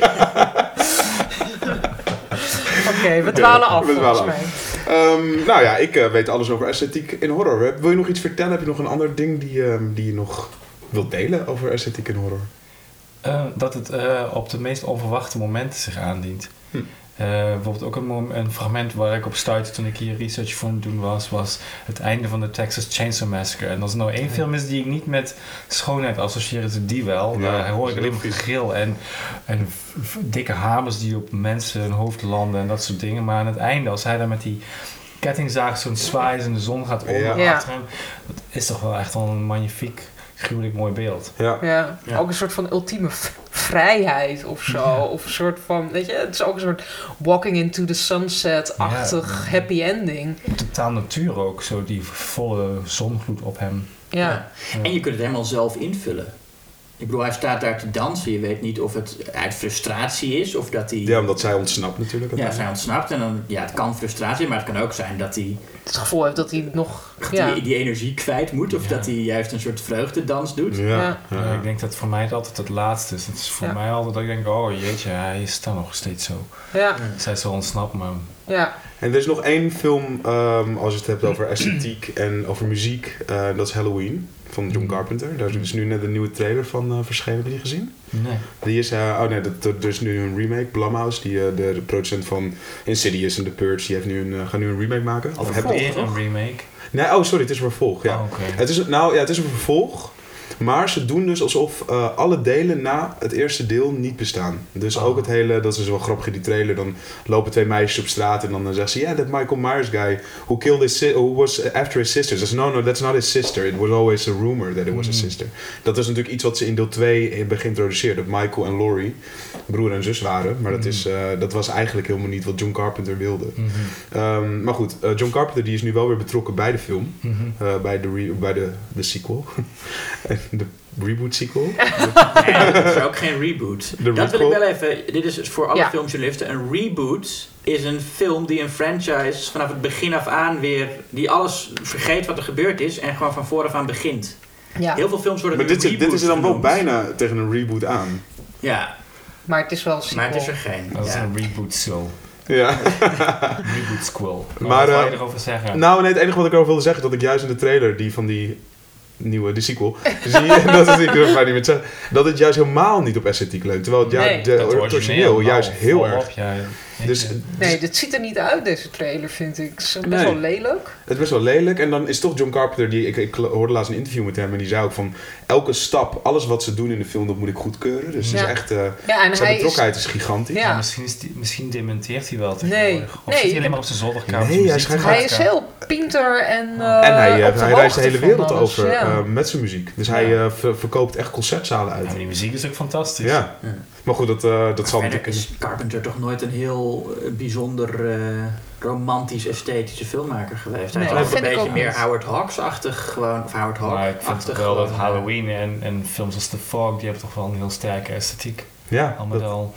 Oké, we dwalen af we dwalen volgens af. mij. Um, nou ja, ik uh, weet alles over esthetiek in horror. Heb- Wil je nog iets vertellen? Heb je nog een ander ding die, um, die je nog wilt delen over esthetiek in horror? Uh, dat het uh, op de meest onverwachte momenten zich aandient. Hm. Uh, bijvoorbeeld ook een, mom- een fragment waar ik op stuitte toen ik hier research voor aan het doen was, was het einde van de Texas Chainsaw Massacre. En als er nou één film is die ik niet met schoonheid associeer, is het die wel. Ja, Daar hoor ik alleen maar heel gegil en, en v- v- dikke hamers die op mensen hun hoofd landen en dat soort dingen. Maar aan het einde, als hij dan met die kettingzaag zo'n zwaai is en de zon gaat onder Ja. achter hem, dat is toch wel echt wel een magnifiek, gruwelijk mooi beeld. Ja. Ja, Ja. ook een soort van ultieme v- vrijheid of zo. Ja. Of een soort van, weet je, het is ook een soort walking into the sunset-achtig Ja. happy ending. Totaal natuur ook, zo die volle zongloed op hem. Ja. Ja. En je kunt het helemaal zelf invullen. Ik bedoel, hij staat daar te dansen. Je weet niet of het uit frustratie is of dat hij... Ja, omdat zij ontsnapt natuurlijk. Ja, zij ontsnapt. En dan, ja, het kan frustratie, maar het kan ook zijn dat hij Het gevoel heeft dat hij nog... die, Ja, die energie kwijt moet. Of Ja. dat hij juist een soort vreugdedans doet. Ja. Ja. Ja. Ja, ik denk dat voor mij het altijd het laatste is. Het is voor Ja. mij altijd dat ik denk, oh jeetje, hij is dan nog steeds zo. ja, Zij is wel ontsnapt, maar ja. En er is nog één film, um, als je het hebt over esthetiek en over muziek. Uh, dat is Halloween van John Carpenter. Daar is nu net een nieuwe trailer van uh, verschenen. Heb je die gezien? nee. Die is, uh, oh nee, dat, dat- er is nu een remake. Blumhouse, die, uh, de, de producent van Insidious en The Purge, die heeft nu een, uh, gaan nu een remake maken. Of een hebben- vervolg. Weer een remake. Nee, oh sorry, het is een vervolg. Ja. Oh, oké. Het is, nou ja, het is een vervolg. Maar ze doen dus alsof uh, alle delen na het eerste deel niet bestaan. Dus Oh. ook het hele, dat is wel grappig in die trailer. Dan lopen twee meisjes op straat en dan uh, zeggen ze... Yeah, that Michael Myers guy who killed his si- who was after his sister. Ze zeggen, no, no, that's not his sister. It was always a rumor that it was Mm. his sister. Dat is natuurlijk iets wat ze in deel twee hebben geïntroduceerd. Dat Michael en Laurie broer en zus waren. Maar dat, Mm. is, uh, dat was eigenlijk helemaal niet wat John Carpenter wilde. Mhm. Um, maar goed, uh, John Carpenter die is nu wel weer betrokken bij de film. Mhm. Uh, bij de, re- bij de, de sequel. de reboot sequel. Nee, dat is ook geen reboot. De dat wil ik recall. wel even... Dit is voor alle Ja. filmjournalisten. Een reboot is een film die een franchise vanaf het begin af aan weer... Die alles vergeet wat er gebeurd is en gewoon van vooraf aan begint. ja. Heel veel films worden Maar nu dit, is- dit reboots is dan wel genoemd. bijna tegen een reboot aan. Ja, Maar het is wel een sequel. maar het is er geen. Dat is Ja. een reboot zo. Ja. Reboot squill. Maar, Maar wat wil uh, je erover zeggen? Nou, nee, het enige wat ik erover wilde zeggen... is dat ik juist in de trailer die van die nieuwe, de sequel. Zie je, dat is ik durf maar niet meer te zeggen. Dat het juist helemaal niet op esthetiek leunt. Terwijl het Nee. ju- de Dat origineel juist heel volop, erg. Ja, Dus, Nee, dit ziet er niet uit, deze trailer, vind ik. Het is best Nee. wel lelijk. Het is best wel lelijk. En dan is toch John Carpenter, die, ik, ik hoorde laatst een interview met hem en die zei ook van elke stap, alles wat ze doen in de film, dat moet ik goedkeuren. Dus het Ja. is echt, uh, Ja, en zijn hij betrokkenheid is... is, gigantisch. Ja. Ja, misschien, is die, misschien dementeert hij wel Nee. tegenwoordig. Of Nee, zit hij ik alleen heb- maar op zijn zolderkamer? Nee, zijn hij muziek schijnt- te Hij is maken? heel pinter en uh, En hij, uh, op de hij reist de hoogte hele van wereld alles, over ja. uh, met zijn muziek. Dus hij uh, ver- verkoopt echt concertzalen uit. Ja, maar die muziek is ook fantastisch. Ja. Ja. Maar goed, dat, uh, dat zal Verder natuurlijk... is Carpenter toch nooit een heel uh, bijzonder uh, romantisch esthetische filmmaker geweest. Hij Nee, is dat ook een vind ik beetje ook meer niet. Howard Hawks-achtig gewoon, of Howard Maar ik vind Hawk-achtig. toch wel dat gewoon, uh, Halloween en, en films als The Fog, die hebben toch wel een heel sterke esthetiek. Ja, Allemaal dat- wel.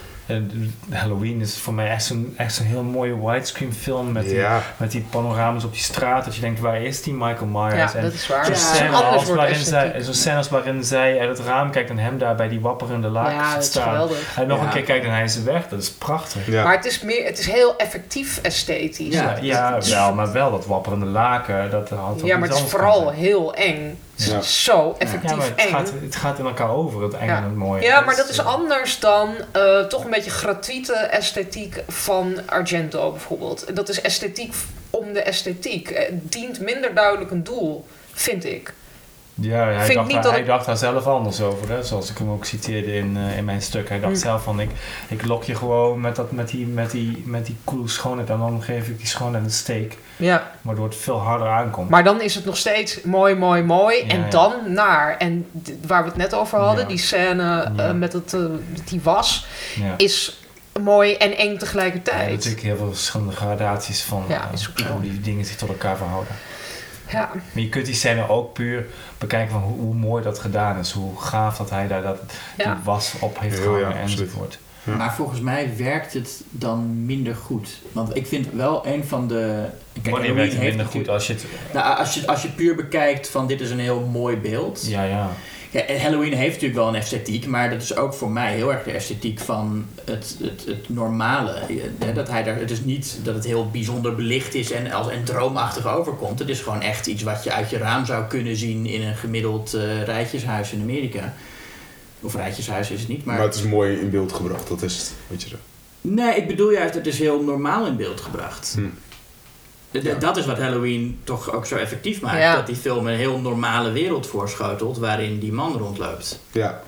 En Halloween is voor mij echt zo'n, echt zo'n heel mooie widescreen film met, die, ja. met die panoramas op die straat. Dat je denkt, waar is die Michael Myers? Ja, en dat is waar. zo'n Ja, scène, anders als wordt waarin zij, esthetiek. zo'n scènes waarin zij uit het raam kijkt en hem daar bij die wapperende lakens Ja, ziet dat is staan. geweldig. En nog Ja. een keer kijkt en hij is weg. Dat is prachtig. Ja. Maar het is, meer, het is heel effectief esthetisch. Ja. Ja, ja, wel, maar wel dat wapperende laken. Dat had Ja, maar het is vooral heel eng. Het is Ja. zo effectief Ja, maar het eng. gaat, het gaat in elkaar over, het eng Ja. en het mooie. Ja, maar dat Dus, is eh, anders dan uh, toch een beetje gratuite esthetiek van Argento bijvoorbeeld. Dat is esthetiek om de esthetiek. Het dient minder duidelijk een doel, vind ik. Ja, hij, Vind dacht, niet daar, dat hij ik- dacht daar zelf anders over, hè? Zoals ik hem ook citeerde in, uh, in mijn stuk. Hij dacht Hm. zelf van, ik, ik lok je gewoon met, dat, met, die, met, die, met die coole schoonheid en dan geef ik die schoonheid een steek, Ja. waardoor het veel harder aankomt. Maar dan is het nog steeds mooi, mooi, mooi. Ja, en ja. dan naar. En d- waar we het net over hadden, Ja. die scène uh, Ja. met, het, uh, met die was, ja. is mooi en eng Ja, tegelijkertijd. natuurlijk heel veel verschillende gradaties van Ja, uh, is ook zo. hoe die dingen zich tot elkaar verhouden. Ja. Maar je kunt die scène ook puur bekijken van hoe, hoe mooi dat gedaan is. Hoe gaaf dat hij daar dat, Ja. die was op heeft Ja, gehangen ja, absoluut. enzovoort. Ja. Maar volgens mij werkt het dan minder goed. Want ik vind wel een van de... Kijk, Wanneer Halloween werkt het heeft minder goed natuurlijk- als je het... Nou, als je, als je puur bekijkt van dit is een heel mooi beeld. Ja, ja. Ja, en Halloween heeft natuurlijk wel een esthetiek, maar dat is ook voor mij heel erg de esthetiek van het, het, het normale. Ja, dat hij daar, het is niet dat het heel bijzonder belicht is en als en droomachtig overkomt. Het is gewoon echt iets wat je uit je raam zou kunnen zien in een gemiddeld uh, rijtjeshuis in Amerika. Of rijtjeshuis is het niet, maar... Maar het is mooi in beeld gebracht, dat is het. Weet je zo. Nee, ik bedoel juist, het is heel normaal in beeld gebracht. Hm. D- Ja. Dat is wat Halloween toch ook zo effectief maakt. Ja. Dat die film een heel normale wereld voorschotelt waarin die man rondloopt. Ja.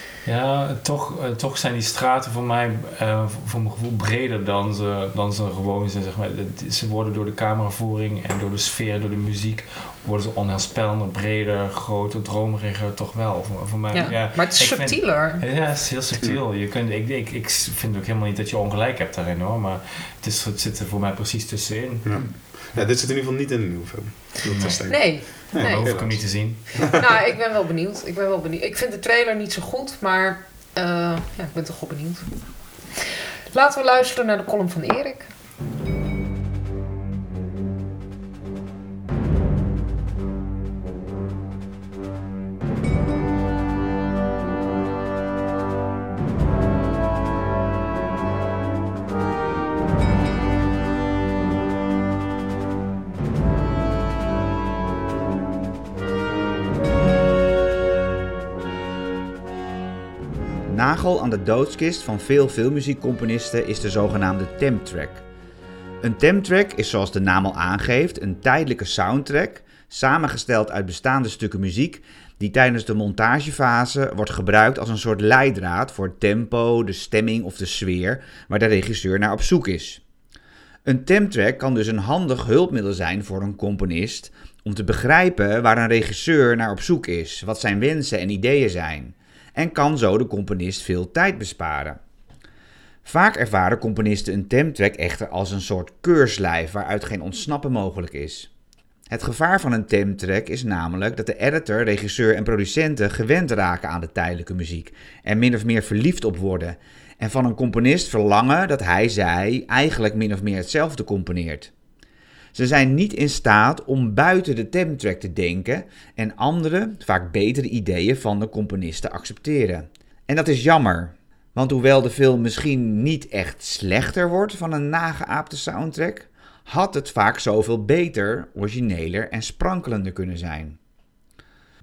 Ja, toch, uh, toch zijn die straten voor mij, uh, voor mijn gevoel, breder dan ze, dan ze gewoon zijn. Zeg maar. Ze worden door de cameravoering en door de sfeer, door de muziek, worden ze onheilspellender, breder, groter, dromeriger, toch wel. Voor, voor mij, Ja. ja. Maar het is Ik vind- subtieler. Ja, het is heel subtiel. Je kunt, ik, ik, ik vind ook helemaal niet dat je ongelijk hebt daarin hoor, maar het, is, het zit er voor mij precies tussenin. Ja. Ja, dit zit in ieder geval niet in de nieuwe film. Dat is denk ik. Nee. Nee, Dan Nee. hoef ik hem niet te zien. Nou, ik ben wel benieuwd. Ik ben wel benieuwd. Ik vind de trailer niet zo goed, maar uh, ja, ik ben toch wel benieuwd. Laten we luisteren naar de column van Erik. Nagel aan de doodskist van veel filmmuziekcomponisten is de zogenaamde temp-track. Een temp-track is, zoals de naam al aangeeft, een tijdelijke soundtrack, samengesteld uit bestaande stukken muziek, die tijdens de montagefase wordt gebruikt als een soort leidraad voor het tempo, de stemming of de sfeer waar de regisseur naar op zoek is. Een temp-track kan dus een handig hulpmiddel zijn voor een componist om te begrijpen waar een regisseur naar op zoek is, wat zijn wensen en ideeën zijn, en kan zo de componist veel tijd besparen. Vaak ervaren componisten een temp-track echter als een soort keurslijf waaruit geen ontsnappen mogelijk is. Het gevaar van een temp-track is namelijk dat de editor, regisseur en producenten gewend raken aan de tijdelijke muziek, er min of meer verliefd op worden en van een componist verlangen dat hij, zij eigenlijk min of meer hetzelfde componeert. Ze zijn niet in staat om buiten de temp-track te denken en andere, vaak betere ideeën van de componist te accepteren. En dat is jammer, want hoewel de film misschien niet echt slechter wordt van een nageaapte soundtrack, had het vaak zoveel beter, origineler en sprankelender kunnen zijn.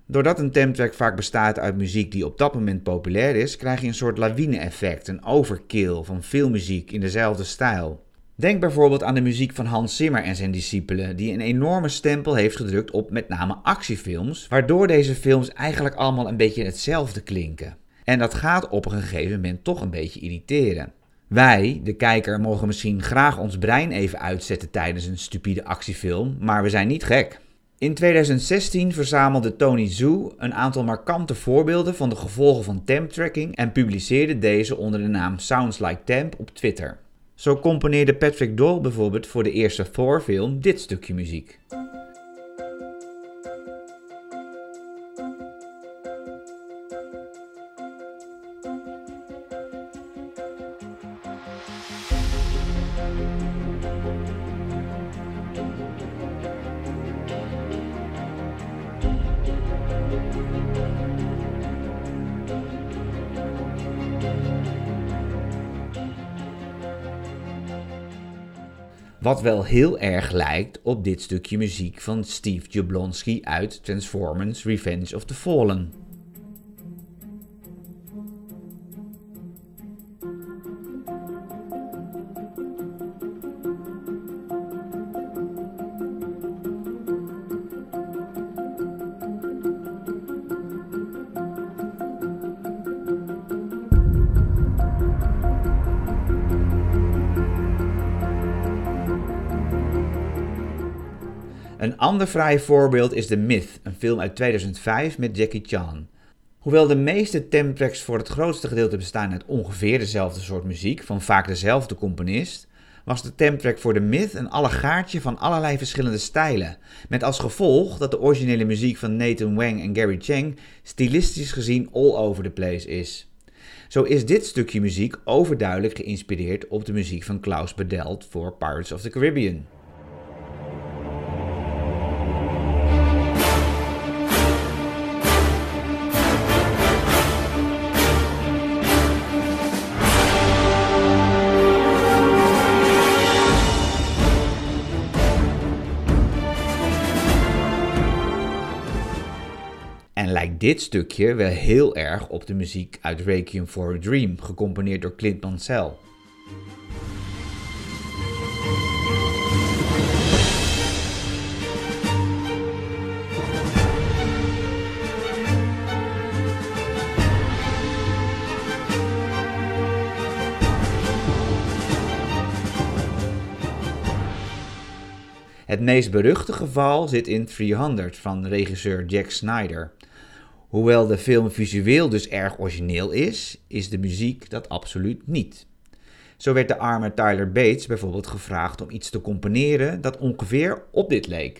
Doordat een temtrack vaak bestaat uit muziek die op dat moment populair is, krijg je een soort lawine-effect, een overkill van veel muziek in dezelfde stijl. Denk bijvoorbeeld aan de muziek van Hans Zimmer en zijn discipelen, die een enorme stempel heeft gedrukt op met name actiefilms, waardoor deze films eigenlijk allemaal een beetje hetzelfde klinken. En dat gaat op een gegeven moment toch een beetje irriteren. Wij, de kijker, mogen misschien graag ons brein even uitzetten tijdens een stupide actiefilm, maar we zijn niet gek. In tweeduizend zestien verzamelde Tony Zhou een aantal markante voorbeelden van de gevolgen van temptracking en publiceerde deze onder de naam Sounds Like Temp op Twitter. Zo componeerde Patrick Doyle bijvoorbeeld voor de eerste Thor-film dit stukje muziek. Wat wel heel erg lijkt op dit stukje muziek van Steve Jablonsky uit Transformers Revenge of the Fallen. Een ander fraai voorbeeld is The Myth, een film uit tweeduizend vijf met Jackie Chan. Hoewel de meeste temtracks voor het grootste gedeelte bestaan uit ongeveer dezelfde soort muziek, van vaak dezelfde componist, was de temtrack voor The Myth een allegaartje van allerlei verschillende stijlen, met als gevolg dat de originele muziek van Nathan Wang en Gary Cheng stilistisch gezien all over the place is. Zo is dit stukje muziek overduidelijk geïnspireerd op de muziek van Klaus Badelt voor Pirates of the Caribbean. En lijkt dit stukje wel heel erg op de muziek uit Requiem for a Dream, gecomponeerd door Clint Mansell. Het meest beruchte geval zit in driehonderd van regisseur Jack Snyder. Hoewel de film visueel dus erg origineel is, is de muziek dat absoluut niet. Zo werd de arme Tyler Bates bijvoorbeeld gevraagd om iets te componeren dat ongeveer op dit leek.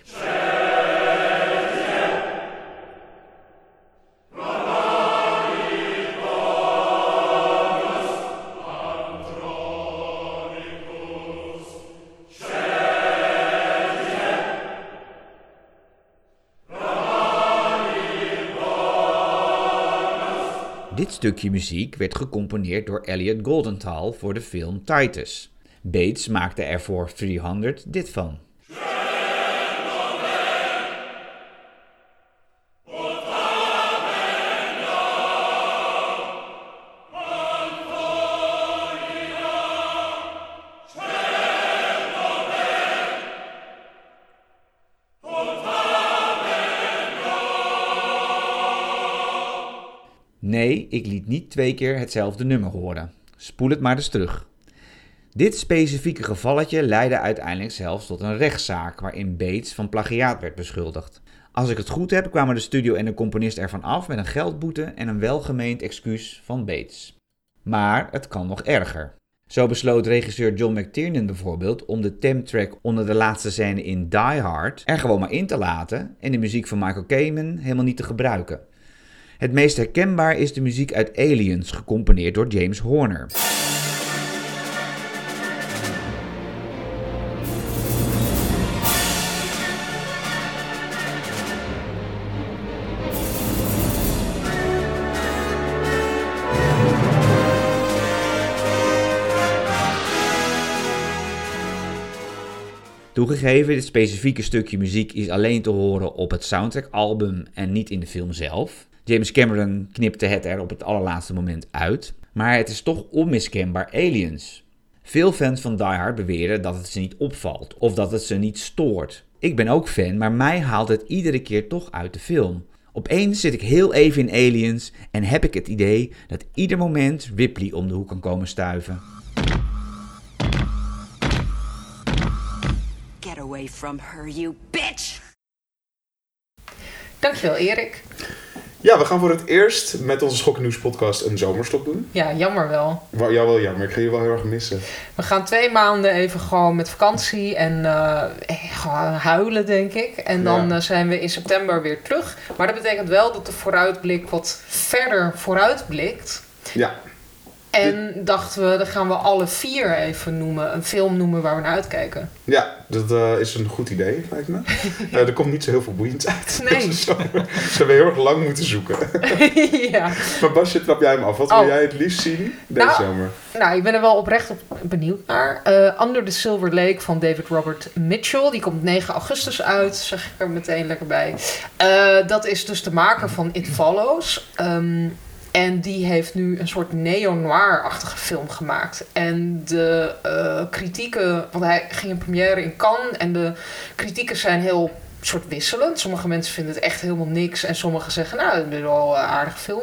Dit stukje muziek werd gecomponeerd door Elliot Goldenthal voor de film Titus. Bates maakte er voor driehonderd dit van. Nee, ik liet niet twee keer hetzelfde nummer horen. Spoel het maar eens terug. Dit specifieke gevalletje leidde uiteindelijk zelfs tot een rechtszaak waarin Bates van plagiaat werd beschuldigd. Als ik het goed heb, kwamen de studio en de componist ervan af met een geldboete en een welgemeend excuus van Bates. Maar het kan nog erger. Zo besloot regisseur John McTiernan bijvoorbeeld om de temtrack onder de laatste scène in Die Hard er gewoon maar in te laten en de muziek van Michael Kamen helemaal niet te gebruiken. Het meest herkenbaar is de muziek uit Aliens, gecomponeerd door James Horner. Toegegeven, dit specifieke stukje muziek is alleen te horen op het soundtrack-album en niet in de film zelf. James Cameron knipte het er op het allerlaatste moment uit. Maar het is toch onmiskenbaar Aliens. Veel fans van Die Hard beweren dat het ze niet opvalt of dat het ze niet stoort. Ik ben ook fan, maar mij haalt het iedere keer toch uit de film. Opeens zit ik heel even in Aliens en heb ik het idee dat ieder moment Ripley om de hoek kan komen stuiven. Get away from her, you bitch! Dankjewel, Erik. Ja, we gaan voor het eerst met onze Schokkennieuws podcast een zomerstop doen. Ja, jammer wel. Wa- Ja, wel jammer. Ik ga je wel heel erg missen. We gaan twee maanden even gewoon met vakantie en uh, gewoon huilen, denk ik. En dan Ja. uh, zijn we in september weer terug. Maar dat betekent wel dat de vooruitblik wat verder vooruitblikt. Ja. En dachten we, dan gaan we alle vier even noemen. Een film noemen waar we naar uitkijken. Ja, dat uh, is een goed idee, lijkt me. Uh, er komt niet zo heel veel boeiends uit. Nee. Dus zo, ze hebben heel erg lang moeten zoeken. Ja. Maar Basje, trap jij hem af. Wat Oh. wil jij het liefst zien deze Nou, zomer? Nou, ik ben er wel oprecht op benieuwd naar. Uh, Under the Silver Lake van David Robert Mitchell. Die komt negen augustus uit, zeg ik er meteen lekker bij. Uh, dat is dus de maker van It Follows. Um, en die heeft nu een soort neo-noir-achtige film gemaakt. En de uh, kritieken... Want hij ging in première in Cannes. En de kritieken zijn heel soort wisselend. Sommige mensen vinden het echt helemaal niks. En sommigen zeggen, nou, dat is wel een aardige film.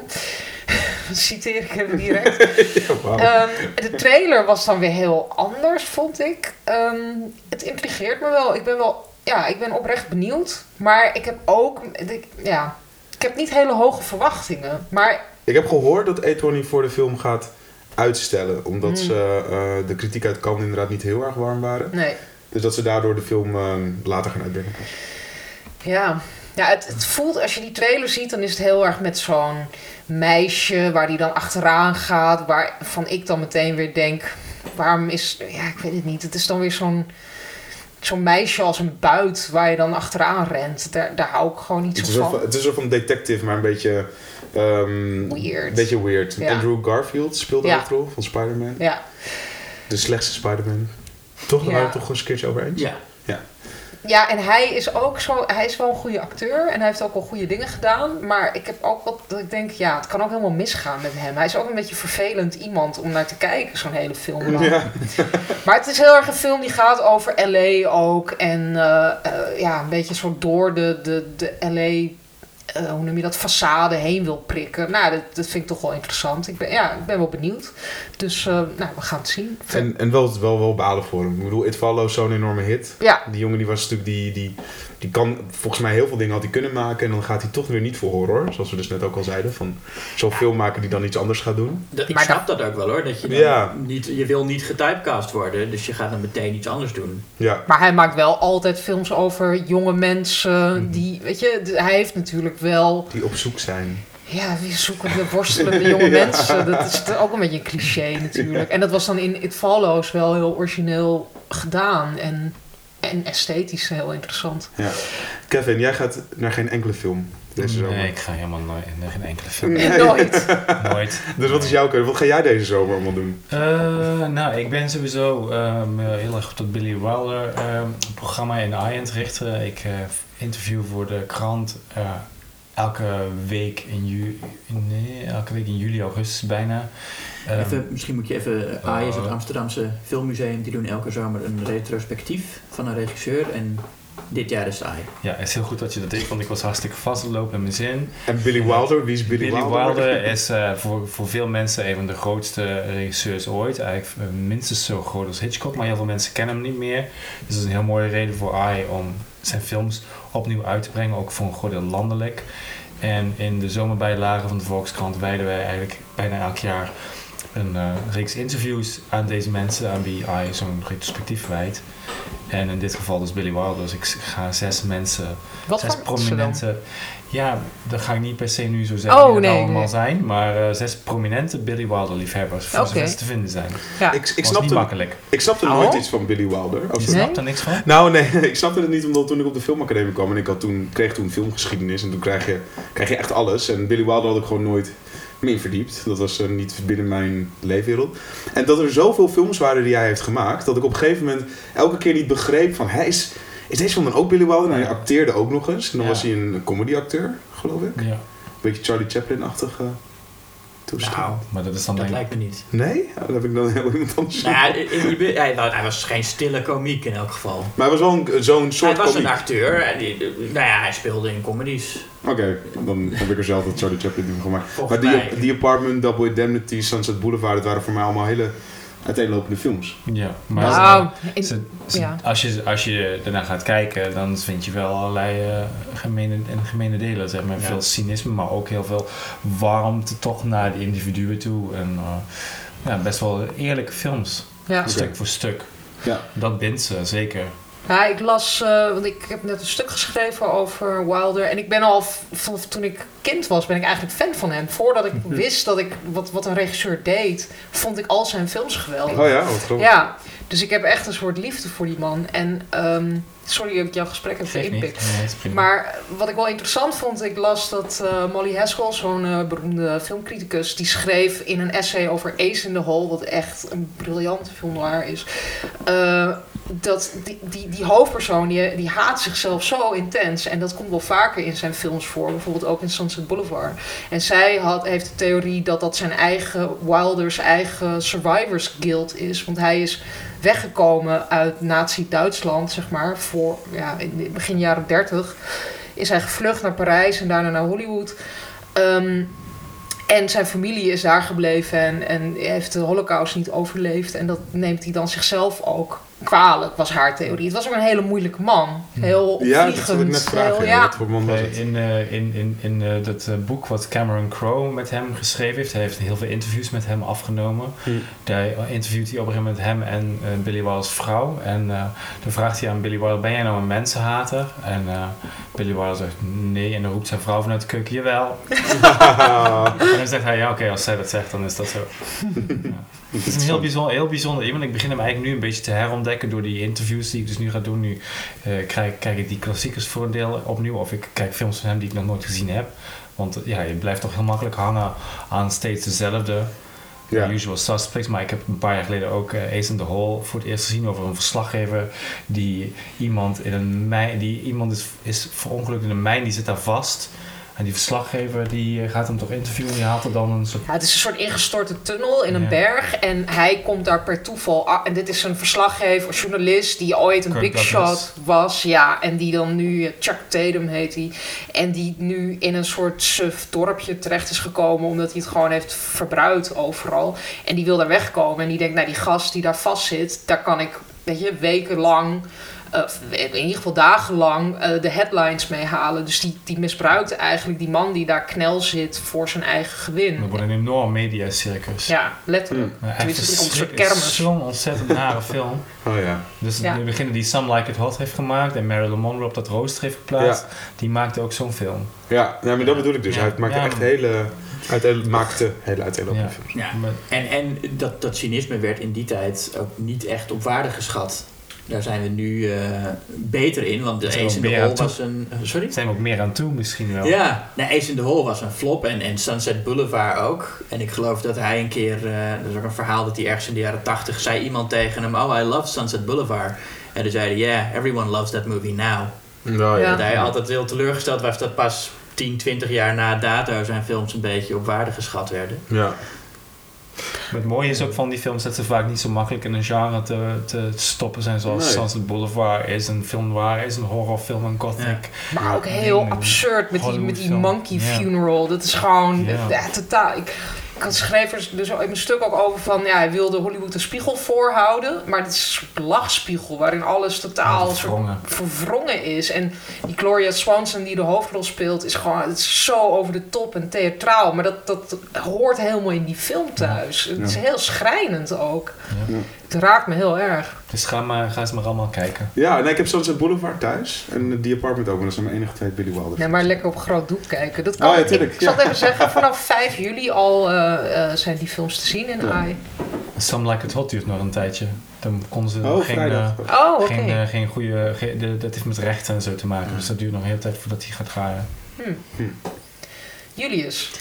Citeer ik hem direct. Ja, wow. um, de trailer was dan weer heel anders, vond ik. Um, het intrigeert me wel. Ik ben wel... Ja, ik ben oprecht benieuwd. Maar ik heb ook... Ik, ja, ik heb niet hele hoge verwachtingen. Maar... Ik heb gehoord dat A twintig voor de film gaat uitstellen. Omdat Mm. ze uh, de kritiek uit Cannes inderdaad niet heel erg warm waren. Nee. Dus dat ze daardoor de film uh, later gaan uitbrengen. Ja, ja het, het voelt, als je die trailer ziet, dan is het heel erg met zo'n meisje waar die dan achteraan gaat. Waarvan ik dan meteen weer denk, waarom is... Ja, ik weet het niet. Het is dan weer zo'n... Zo'n meisje als een buit waar je dan achteraan rent. Daar, daar hou ik gewoon niet Het zo is, van. wel, het is wel van detective, maar een beetje... Um, Weird. Een beetje weird. Ja. Andrew Garfield speelde Ja. de hoofdrol van Spider-Man. Ja. De slechtste Spider-Man. Toch? Daar Ja. waren we het toch eens een keertje over eens? Ja. Ja. Ja, en hij is ook zo... Hij is wel een goede acteur. En hij heeft ook wel goede dingen gedaan. Maar ik heb ook wat... Dat ik denk, ja, het kan ook helemaal misgaan met hem. Hij is ook een beetje vervelend iemand om naar te kijken. Zo'n hele film lang. Ja. Maar het is heel erg een film die gaat over L A ook. En uh, uh, ja, een beetje zo door de, de, de L A... Uh, hoe noem je dat, façade heen wil prikken. Nou, dat, dat vind ik toch wel interessant. Ik ben, ja, ik ben wel benieuwd. Dus, uh, nou, we gaan het zien. En, en wel, wel, wel balen voor hem. Ik bedoel, It Follows zo'n enorme hit. Ja. Die jongen die was natuurlijk, die, die, die kan volgens mij heel veel dingen had hij kunnen maken. En dan gaat hij toch weer niet voor horror. Zoals we dus net ook al zeiden. Van zo'n film maken die dan iets anders gaat doen. De, ik Maar snap dat ook wel hoor. Dat je, dan Ja. niet, je wil niet getypecast worden. Dus je gaat dan meteen iets anders doen. Ja. Maar hij maakt wel altijd films over jonge mensen. Die, weet je, de- hij heeft natuurlijk wel... Die op zoek zijn. Ja, wie zoeken de worstelende jonge mensen? Dat is t- ook een beetje een cliché natuurlijk. En dat was dan in It Follows wel heel origineel gedaan. En, en esthetisch heel interessant. Ja. Kevin, jij gaat naar geen enkele film deze zomer. Nee, ik ga helemaal nooit naar geen enkele film. Nee. Nooit. Nooit. Dus wat is jouw keuze? Wat ga jij deze zomer allemaal doen? Uh, nou, ik ben sowieso um, heel erg op dat Billy Wilder um, programma in de Eye aan het richten. Ik uh, interview voor de krant uh, elke week in juli, nee, elke week in juli, augustus bijna. Um, Even, misschien moet je even... A I is het Oh. Amsterdamse Filmmuseum. Die doen elke zomer een retrospectief van een regisseur. En dit jaar is A I. Ja, het is heel goed dat je dat deed, want ik was hartstikke vastgelopen in mijn zin. En Billy Wilder? Wie is Billy, Billy Wilder? Wilder is uh, voor, voor veel mensen een van de grootste regisseurs ooit. Eigenlijk uh, minstens zo groot als Hitchcock, maar heel veel mensen kennen hem niet meer. Dus dat is een heel mooie reden voor A I om zijn films opnieuw uit te brengen, ook voor een groot deel landelijk. En in de zomerbijlagen van de Volkskrant wijden wij eigenlijk bijna elk jaar een uh, reeks interviews aan deze mensen, aan wie A I zo'n retrospectief wijdt. En in dit geval dus Billy Wilder. Dus ik ga zes mensen, Wat zes voor mensen dan? prominente... Ja, dat ga ik niet per se nu zo zeggen Oh, wie het nee, allemaal nee. zijn. Maar uh, zes prominente Billy Wilder liefhebbers. Voor Oké. zover ze te vinden zijn. Ja. Ik, ik, Was snapte, niet makkelijk. ik snapte Oh. nooit iets van Billy Wilder. Of Je zo. Nee? snapt er niks van? Nou nee, ik snapte het niet omdat toen ik op de filmacademie kwam en ik had toen, kreeg toen filmgeschiedenis en toen krijg je, krijg je echt alles. En Billy Wilder had ik gewoon nooit meer verdiept. Dat was uh, niet binnen mijn leefwereld. En dat er zoveel films waren die hij heeft gemaakt, dat ik op een gegeven moment elke keer niet begreep van, hij is, is deze film dan ook Billy Wilder? Nou, hij acteerde ook nog eens. En dan ja. was hij een comedyacteur, geloof ik. Ja. Beetje Charlie Chaplin-achtig uh, toestand. Nou, maar dat is dan dat denk... lijkt me niet. Nee? Oh, dat heb ik dan heel iemand anders. Nou ja, in die, hij, hij was geen stille komiek in elk geval. Maar hij was wel een, zo'n soort Hij was komiek. een acteur. En die, nou ja, hij speelde in comedies. Oké, okay, dan heb ik er zelf dat Charlie Chaplin die gemaakt. Volgens maar die, mij. die Apartment, Double Indemnity, Sunset Boulevard, dat waren voor mij allemaal hele uiteenlopende films. Ja, maar nou, ze, in, ze, ze, ja. als, je, als je ernaar gaat kijken, dan vind je wel allerlei uh, gemene, en gemene delen. Zeg maar. Ja. Veel cynisme, maar ook heel veel warmte toch naar de individuen toe. En uh, ja, best wel eerlijke films, ja. stuk Okay. voor stuk. Ja. Dat bindt ze, zeker. Ja, ik las, uh, want ik heb net een stuk geschreven over Wilder. En ik ben al, vanaf toen ik kind was, ben ik eigenlijk fan van hem. Voordat ik wist dat ik, wat, wat een regisseur deed, vond ik al zijn films geweldig. Oh ja, wat grappig. Ja, dus ik heb echt een soort liefde voor die man. En, um, sorry dat ik jouw gesprek heb geïnpikt. Nee, maar wat ik wel interessant vond, ik las dat uh, Molly Haskell, zo'n uh, beroemde filmcriticus, die schreef in een essay over Ace in the Hole, wat echt een briljante film noir is, uh, dat die, die, die hoofdpersoon, die, die haat zichzelf zo intens. En dat komt wel vaker in zijn films voor. Bijvoorbeeld ook in Sunset Boulevard. En zij had, heeft de theorie dat dat zijn eigen, Wilders eigen survivors guild is. Want hij is weggekomen uit Nazi-Duitsland, zeg maar. Voor, ja, in begin jaren dertig is hij gevlucht naar Parijs en daarna naar Hollywood. Um, En zijn familie is daar gebleven en, en heeft de Holocaust niet overleefd. En dat neemt hij dan zichzelf ook kwalijk, was haar theorie. Het was ook een hele moeilijke man. Heel ja, opvliegend. dat wil ik net vragen. Heel, ja. ja. Wat voor man was het? In, uh, in, in, in uh, dat uh, boek wat Cameron Crowe met hem geschreven heeft, hij heeft heel veel interviews met hem afgenomen. Hmm. Daar interviewt hij op een gegeven moment hem en uh, Billy Wilder's vrouw. En uh, dan vraagt hij aan Billy Wilder, ben jij nou een mensenhater? En uh, Billy Wilder zegt nee. En dan roept zijn vrouw vanuit de keuken, jawel. En dan zegt hij, ja oké, okay, als zij dat zegt, dan is dat zo. Ja. Het is een heel bijzonder, heel bijzonder iemand. Ik begin hem eigenlijk nu een beetje te herontdekken door die interviews die ik dus nu ga doen. Nu uh, krijg, kijk ik die klassiekers voor een deel opnieuw. Of ik kijk films van hem die ik nog nooit gezien heb. Want uh, ja, je blijft toch heel makkelijk hangen aan steeds dezelfde ja. usual suspects. Maar ik heb een paar jaar geleden ook uh, Ace in the Hole voor het eerst gezien over een verslaggever die iemand in een mijn, die iemand is, is verongelukt in een mijn, die zit daar vast. En die verslaggever die gaat hem toch interviewen. Die haalt er dan een soort... Ja, het is een soort ingestorte tunnel in een ja. berg. En hij komt daar per toeval... Ah, en dit is een verslaggever, een journalist... die ooit een big shot was. Ja, en die dan nu... Chuck Tatum heet hij. En die nu in een soort suf dorpje terecht is gekomen... omdat hij het gewoon heeft verbruikt overal. En die wil daar wegkomen. En die denkt, nou die gast die daar vast zit... daar kan ik, weet je, wekenlang... Uh, in ieder geval dagenlang uh, de headlines mee halen. Dus die, die misbruikte eigenlijk die man die daar knel zit voor zijn eigen gewin. Dat wordt een enorm mediacircus. Ja, letterlijk. Mm. Het is een soort kermis. Het is zo'n ontzettend nare film. Oh ja. Dus ja. de beginner die Some Like It Hot heeft gemaakt en Marilyn Monroe op dat rooster heeft geplaatst, ja. die maakte ook zo'n film. Ja, ja maar dat bedoel ik dus. Ja. Hij maakte ja. echt hele... Uiteen, maakte hele uiteenlopende ja. films. Ja. En, en dat, dat cynisme werd in die tijd ook niet echt op waarde geschat. Daar zijn we nu uh, beter in, want de Ace in the Hole was een... Sorry? Zijn we ook meer aan toe misschien wel. Ja, de Ace in the Hole was een flop en, en Sunset Boulevard ook. En ik geloof dat hij een keer... Uh, er is ook een verhaal dat hij ergens in de jaren tachtig zei iemand tegen hem... Oh, I love Sunset Boulevard. En toen zei hij, yeah, everyone loves that movie now. Nou, ja. Dat hij altijd heel teleurgesteld was dat pas tien, twintig jaar na dato zijn films een beetje op waarde geschat werden. Ja. Maar het mooie is ook van die films dat ze vaak niet zo makkelijk in een genre te, te stoppen zijn, zoals nee. Sunset Boulevard is een film noir, is een horrorfilm, een gothic. Ja. Maar ook heel dingen. absurd met die, met die monkey ja. funeral. Dat is gewoon ja. Ja, totaal... Ik, ik had schreef dus in mijn stuk ook over van... Ja, hij wilde Hollywood een spiegel voorhouden. Maar het is een soort lachspiegel waarin alles totaal ja, verwrongen. verwrongen is. En die Gloria Swanson die de hoofdrol speelt... is gewoon het is zo over de top en theatraal. Maar dat, dat hoort helemaal in die film thuis. Ja. Het is heel schrijnend ook. Ja. Het raakt me heel erg. Dus ga, maar, ga eens maar allemaal kijken. Ja, nee, ik heb Sunset Boulevard thuis. En die Apartment ook. Maar dat zijn mijn enige twee Billy Wilder. Nee, maar lekker op groot doek kijken. Dat kan, oh ja, tuurlijk. Ik, ik zal het even zeggen. Vanaf vijf juli al uh, uh, zijn die films te zien in ja. A I. Some Like It Hot duurt nog een tijdje. Dan konden ze oh, geen, uh, oh, okay. geen, uh, geen goede... Geen, de, dat heeft met rechten en zo te maken. Ja. Dus dat duurt nog een hele tijd voordat hij gaat draaien. Hmm. Hmm. Julius.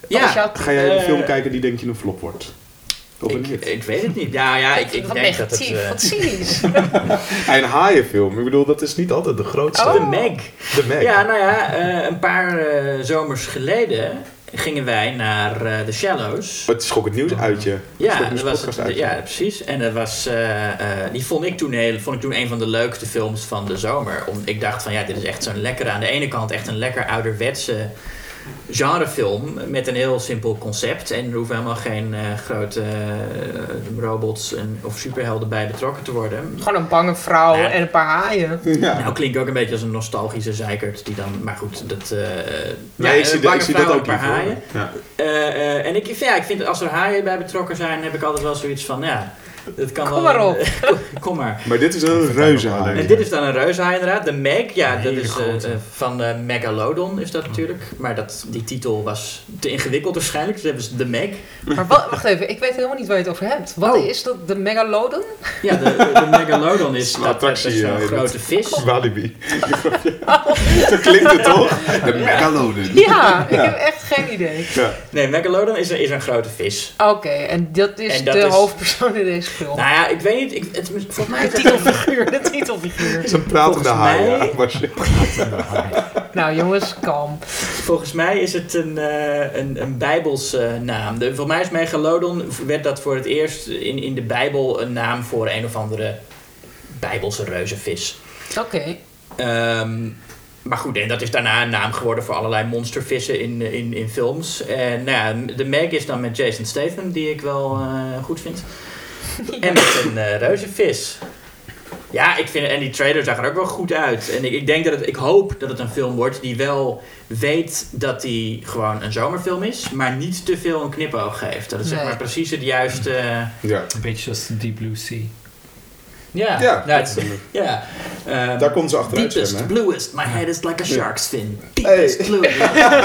Wat is jouw Ga jij een Eh, film kijken die denk je een flop wordt? Of een Ik, hit? ik weet het niet. Ja, ja, ik, ik wat denk dat het... negatief, eh, wat cynisch. Ja, een haaienfilm. Ik bedoel, dat is niet altijd de grootste. Oh. De Meg. De Meg. Ja, nou ja, eh, een paar eh, zomers geleden gingen wij naar eh The Shallows. Het is gewoon het nieuws uitje. Het is Ja, gewoon een dat was podcast het, uitje. ja, precies. En dat was, eh, eh, die vond ik, toen heel, vond ik toen een van de leukste films van de zomer. Om, ik dacht van ja, dit is echt zo'n lekkere, aan de ene kant echt een lekker ouderwetse genrefilm met een heel simpel concept. En er hoeven helemaal geen uh, grote uh, robots en, of superhelden bij betrokken te worden. Gewoon een bange vrouw Ja. en een paar haaien. Ja. Nou, klinkt ook een beetje als een nostalgische zeikert die dan, maar goed, dat... Uh, Nee, ja, ik zie, een dat- bange ik zie vrouw dat en ook een paar niet voor haaien. me. Ja. Uh, uh, en ik, ja, ik vind dat als er haaien bij betrokken zijn, heb ik altijd wel zoiets van, ja, dat kan Kom wel... maar op. kom, kom maar. Maar dit is een reuzenhaai. En dit is dan een reuzenhaai inderdaad. De Meg, ja, Een dat hele is uh, grote. uh, van uh, Megalodon is dat natuurlijk. Maar dat, die titel was te ingewikkeld waarschijnlijk, dus hebben ze de Meg. Maar wa- wacht even, ik weet helemaal niet waar je het over hebt. Wat Oh. is dat, de Megalodon? Ja, de, de, de Megalodon is, Een dat, dat attractie, is zo'n ja, in grote het- vis. Walibi. Zo klinkt het toch? De Megalodon. Ja, ik heb echt geen idee. Ja. Nee, Megalodon is een, is een grote vis. Oké, en dat is En dat de is- hoofdpersoon in deze film. Nou ja, ik weet niet, ik, het, volgens mij de is het titelfiguur, de titelfiguur. Het is een pratende Volgens haai. mij- Ja, was je- Nou jongens, kalm. Volgens mij is het een, uh, een, een Bijbels uh, naam. De, volgens mij is Megalodon, werd dat voor het eerst in, in de Bijbel een naam voor een of andere Bijbelse reuzenvis. Oké. Um, maar goed, en dat is daarna een naam geworden voor allerlei monstervissen in, in, in films. En nou ja, de Meg is dan met Jason Statham, die ik wel uh, goed vind. En met een uh, reuzenvis. Ja, ik vind, en die trailer zag er ook wel goed uit. En ik, ik denk dat het, ik hoop dat het een film wordt die wel weet dat hij gewoon een zomerfilm is, maar niet te veel een knipoog geeft. Dat het zeg Nee. maar precies het juiste... Ja. Een beetje zoals The Deep Blue Sea. Ja, Ja, nou, dat is het- ja. Um, Daar komt ze achteruit Deepest, zwemmen, bluest, my head is like a shark's fin. Hey. Deepest, bluest.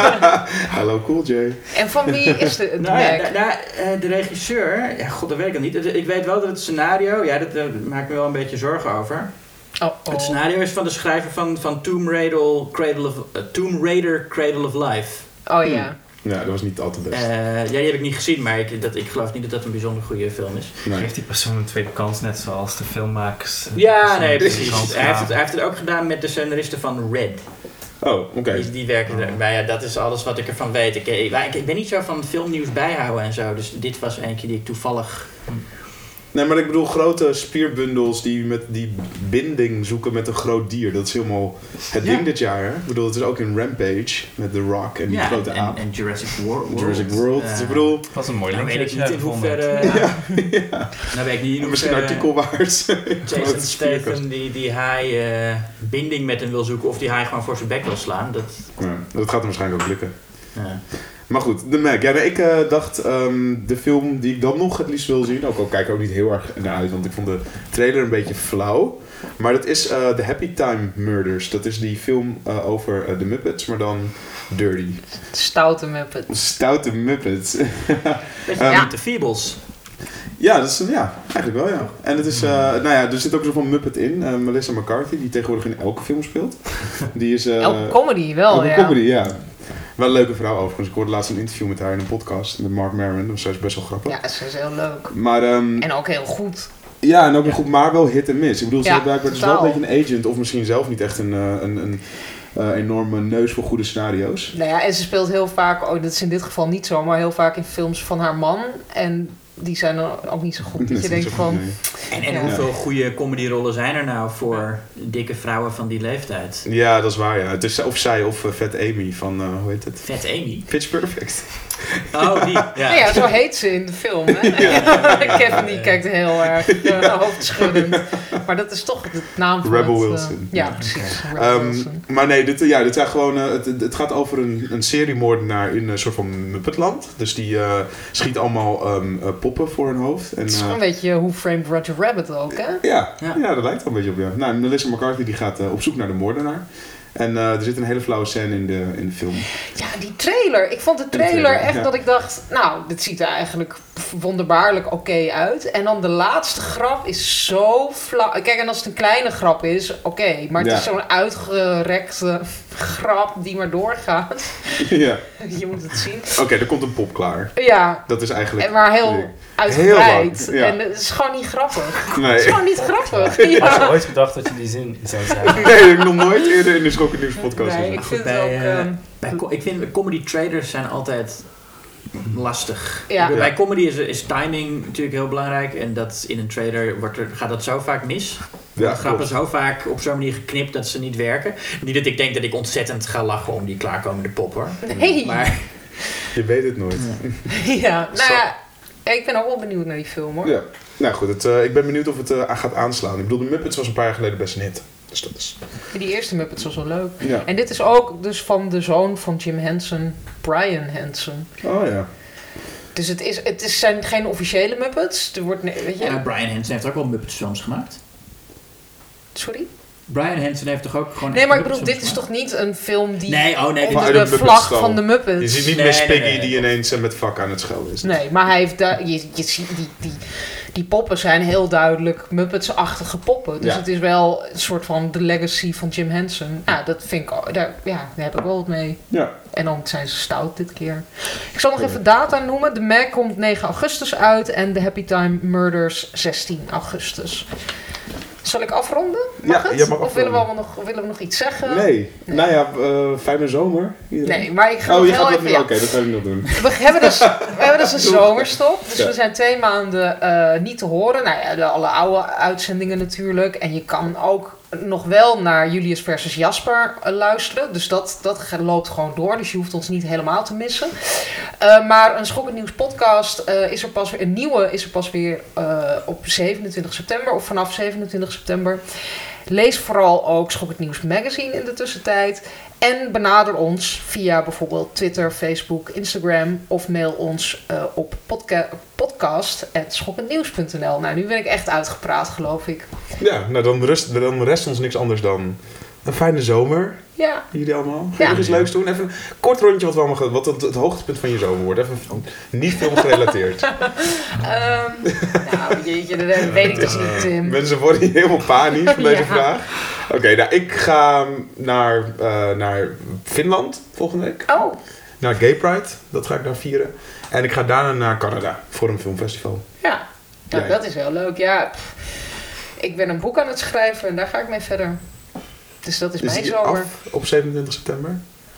Hallo Cool J. En van wie is de, de Nou ja, Meg? da- da- eh, de regisseur, ja, god, dat weet ik al niet. Het- Ik weet wel dat het scenario, ja, dat, daar maak ik me wel een beetje zorgen over. Oh, Het oh. scenario is van de schrijver van, van Tomb, Raider, Cradle of, uh, Tomb Raider Cradle of Life. Oh ja. Ja, dat was niet al te best. Uh, ja, die heb ik niet gezien, maar ik, dat, ik geloof niet dat dat een bijzonder goede film is. Nee. Geeft die persoon een tweede kans, net zoals de filmmakers. Ja, nee, Een tweede precies. kans Hij heeft, het, gaven. hij heeft het ook gedaan met de scenaristen van Red. Oh, oké. Die, die werken er. Maar ja, dat is alles wat ik ervan weet. Ik, ik, ik ben niet zo van filmnieuws bijhouden en zo. Dus dit was eentje die ik toevallig... Nee, maar ik bedoel grote spierbundels die met die binding zoeken met een groot dier. Dat is helemaal het Ja. ding dit jaar. Hè? Ik bedoel, het is ook in Rampage met The Rock en die Ja, grote en, aap. en Jurassic World. Jurassic World. Eh, Dus ik bedoel, Dat was een mooi nou linkje weet ik dat je niet in daar gevonden hoeverre... hebt. ja, Nou weet ik niet in misschien een hoeverre artikel waard. Jason Grote spierkast. Statham die, die haai eh, binding met hem wil zoeken. Of die haai gewoon voor zijn bek wil slaan. Dat, Ja, dat gaat hem waarschijnlijk ook lukken. ja. Maar goed, The Meg. Ja, nee, ik uh, dacht um, de film die ik dan nog het liefst wil zien. Ook al kijk ik ook niet heel erg naar uit, want ik vond de trailer een beetje flauw. Maar dat is uh, The Happy Time Murders. Dat is die film uh, over uh, de Muppets, maar dan dirty. Stoute Muppet. Stoute Muppets. Weet je, Um, niet de Feebles. Ja, dat is, ja, eigenlijk wel ja. En het is, uh, nou ja, er zit ook een soort van Muppet in. Uh, Melissa McCarthy, die tegenwoordig in elke film speelt. Die is... Uh, Elke comedy wel, elke ja. comedy, ja. Wel een leuke vrouw overigens. Ik hoorde laatst een interview met haar in een podcast met Mark Maron. Dat was best wel grappig. Ja, ze is heel leuk. Maar, um, En ook heel goed. ja, en ook nog goed, maar wel hit en miss. Ik bedoel, ze Ja, heeft blijkbaar dus wel een totaal. beetje een agent. Of misschien zelf niet echt een, uh, een, een uh, enorme neus voor goede scenario's. Nou ja, en ze speelt heel vaak, oh, dat is in dit geval niet zo, maar heel vaak in films van haar man. En die zijn dan ook niet zo goed. Dat Dat je is denkt niet zo van, goed, nee. En, en Ja. hoeveel goede comedyrollen zijn er nou voor dikke vrouwen van die leeftijd? Ja, dat is waar, ja. Het is of zij of uh, Vet Amy van, uh, hoe heet het? Vet Amy. Pitch Perfect. Oh, die. Ja. nou ja, zo heet ze in de film. Hè? Kevin die kijkt heel erg uh, hoofdschuddend. Maar dat is toch de naam van Rebel het, uh, Wilson. ja, Ja. precies. Rebel Um, Wilson. maar nee, dit, ja, dit zijn gewoon, uh, het, het gaat over een, een seriemoordenaar in een soort van Muppetland. Dus die uh, schiet allemaal um, uh, poppen voor hun hoofd. En, Het is uh, een beetje Who Framed Roger Rabbit ook, hè? ja, Ja. ja. dat lijkt wel een beetje op, ja. Nou, Melissa McCarthy die gaat uh, op zoek naar de moordenaar. En uh, er zit een hele flauwe scène in de, in de film. Ja, die trailer. Ik vond de de trailer trailer, echt ja. dat ik dacht, nou, dit ziet er eigenlijk wonderbaarlijk oké okay uit. En dan de laatste grap is zo flauw. Kijk, en als het een kleine grap is, oké. Okay, maar het ja. is zo'n uitgerekte grap die maar doorgaat. Ja. Je moet het zien. Oké, okay, er komt een pop klaar. Ja. Dat is eigenlijk... En maar heel uitgebreid. Heel ja. En het is gewoon niet grappig. Nee. Het is gewoon niet grappig. Ja. Had je ooit gedacht dat je die zin zou zeggen? Nee, dat heb ik nog nooit eerder in de Schokkend Nieuws podcast Nee, gezegd. ik vind bij, het ook... uh, Um, bij, ik vind comedy trailers zijn altijd lastig. Ja. Bij comedy is, is timing natuurlijk heel belangrijk. En dat in een trailer wordt er, gaat dat zo vaak mis. Ja, de grappen zo vaak op zo'n manier geknipt dat ze niet werken. Niet dat ik denk dat ik ontzettend ga lachen om die klaarkomende pop hoor. Nee. Maar je weet het nooit. Ja, ja nou ja, ik ben ook wel benieuwd naar die film hoor. Ja. Nou goed, het, uh, ik ben benieuwd of het uh, gaat aanslaan. Ik bedoel, de Muppets was een paar jaar geleden best een hit. Dus dat is... Die eerste Muppets was wel leuk. Ja. En dit is ook dus van de zoon van Jim Henson, Brian Henson. Oh ja. Dus het, is, het is, zijn geen officiële Muppets. Er wordt, weet je... ja, Brian Henson heeft ook wel Muppets films gemaakt. Sorry? Brian Henson heeft toch ook gewoon... Nee, maar ik bedoel, dit is toch niet een film die nee, oh, nee, onder de, de vlag van de Muppets... Je ziet niet nee, Miss nee, Piggy nee, nee, die ineens uh, met vak aan het schelden is. Nee, maar hij heeft daar... Je, je ziet, die, die, die poppen zijn heel duidelijk Muppets-achtige poppen. Dus ja. het is wel een soort van de legacy van Jim Henson. Ja, dat vind ik... Daar, ja, daar heb ik wel wat mee. Ja. En dan zijn ze stout dit keer. Ik zal nog even data noemen. The Meg komt negen augustus uit en The Happy Time Murders zestien augustus. Zal ik afronden? Mag ja, het? Je mag of willen we, afronden. nog, willen we nog iets zeggen? Nee. nee. Nou ja, uh, fijne zomer. Iedereen. Nee, maar ik ga oh, nog je heel gaat even... dat Ja. Oké, okay, dat ga ik nog doen. We hebben dus, we hebben dus een zomerstop. Dus ja. we zijn twee maanden uh, niet te horen. Nou ja, de, alle oude uitzendingen natuurlijk. En je kan ook nog wel naar Julius versus Jasper uh, luisteren. Dus dat, dat loopt gewoon door. Dus je hoeft ons niet helemaal te missen. Uh, maar een Schokkend Nieuws podcast uh, is er pas weer... Een nieuwe is er pas weer uh, op zevenentwintig september. Of vanaf zevenentwintig september. Lees vooral ook Schokkend Nieuws magazine in de tussentijd. En benader ons via bijvoorbeeld Twitter, Facebook, Instagram. Of mail ons uh, op podca- podcast at schokkendnieuws punt n l. Nou, nu ben ik echt uitgepraat, geloof ik. Ja, nou dan rest, dan rest ons niks anders dan een fijne zomer. Ja. Jullie allemaal. Ga ja. je nog iets leuks doen? Even een kort rondje wat, we allemaal ge- wat het, het hoogtepunt van je zomer wordt. Even niet filmgerelateerd. um, nou, jeetje, dat weet ik dus niet, Tim. Mensen worden hier helemaal panisch van deze Ja. vraag. Oké, okay, nou ik ga naar, uh, naar Finland volgende week. Oh. Naar Gay Pride, dat ga ik daar vieren. En ik ga daarna naar Canada voor een filmfestival. Ja, nou, Jij? dat is heel leuk. Ja, pff, ik ben een boek aan het schrijven en daar ga ik mee verder. Dus dat is, Is mijn die zomer. af op zevenentwintig september?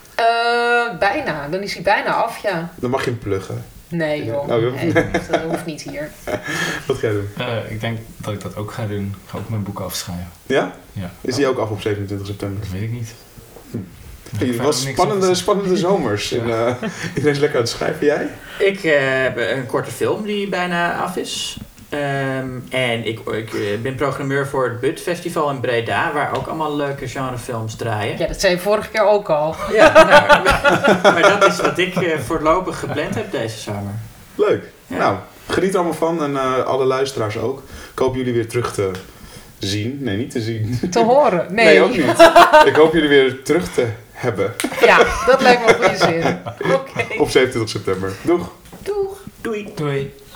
Uh, bijna, dan is hij bijna af, ja. Dan mag je hem pluggen. Nee joh, Nou, dat- nee, dat, dat hoeft niet hier. Wat ga je doen? Uh, ik denk dat ik dat ook ga doen. Ik ga ook mijn boek afschrijven. Ja? Ja. Is die ook af op zevenentwintig september? Dat weet ik niet. Hm. Ik Het ga was er niks spannende, over spannende zomers. En, uh, iedereen is lekker aan het schrijven. Jij? Ik uh, heb een korte film die bijna af is. Um, en ik, ik ben programmeur voor het B U T Festival in Breda, waar ook allemaal leuke genrefilms draaien. Ja, dat zei je vorige keer ook al. Ja, nou, maar dat is wat ik uh, voorlopig gepland heb deze zomer. Leuk. Ja. Nou, geniet er allemaal van. En uh, alle luisteraars ook. Ik hoop jullie weer terug te zien. Nee, niet te zien. Te horen? Nee. Nee, ook niet. Ik hoop jullie weer terug te hebben. Ja, dat lijkt me een goede zin. Oké. Okay. Op zevenentwintig september. Doeg. Doeg. Doei. Doei.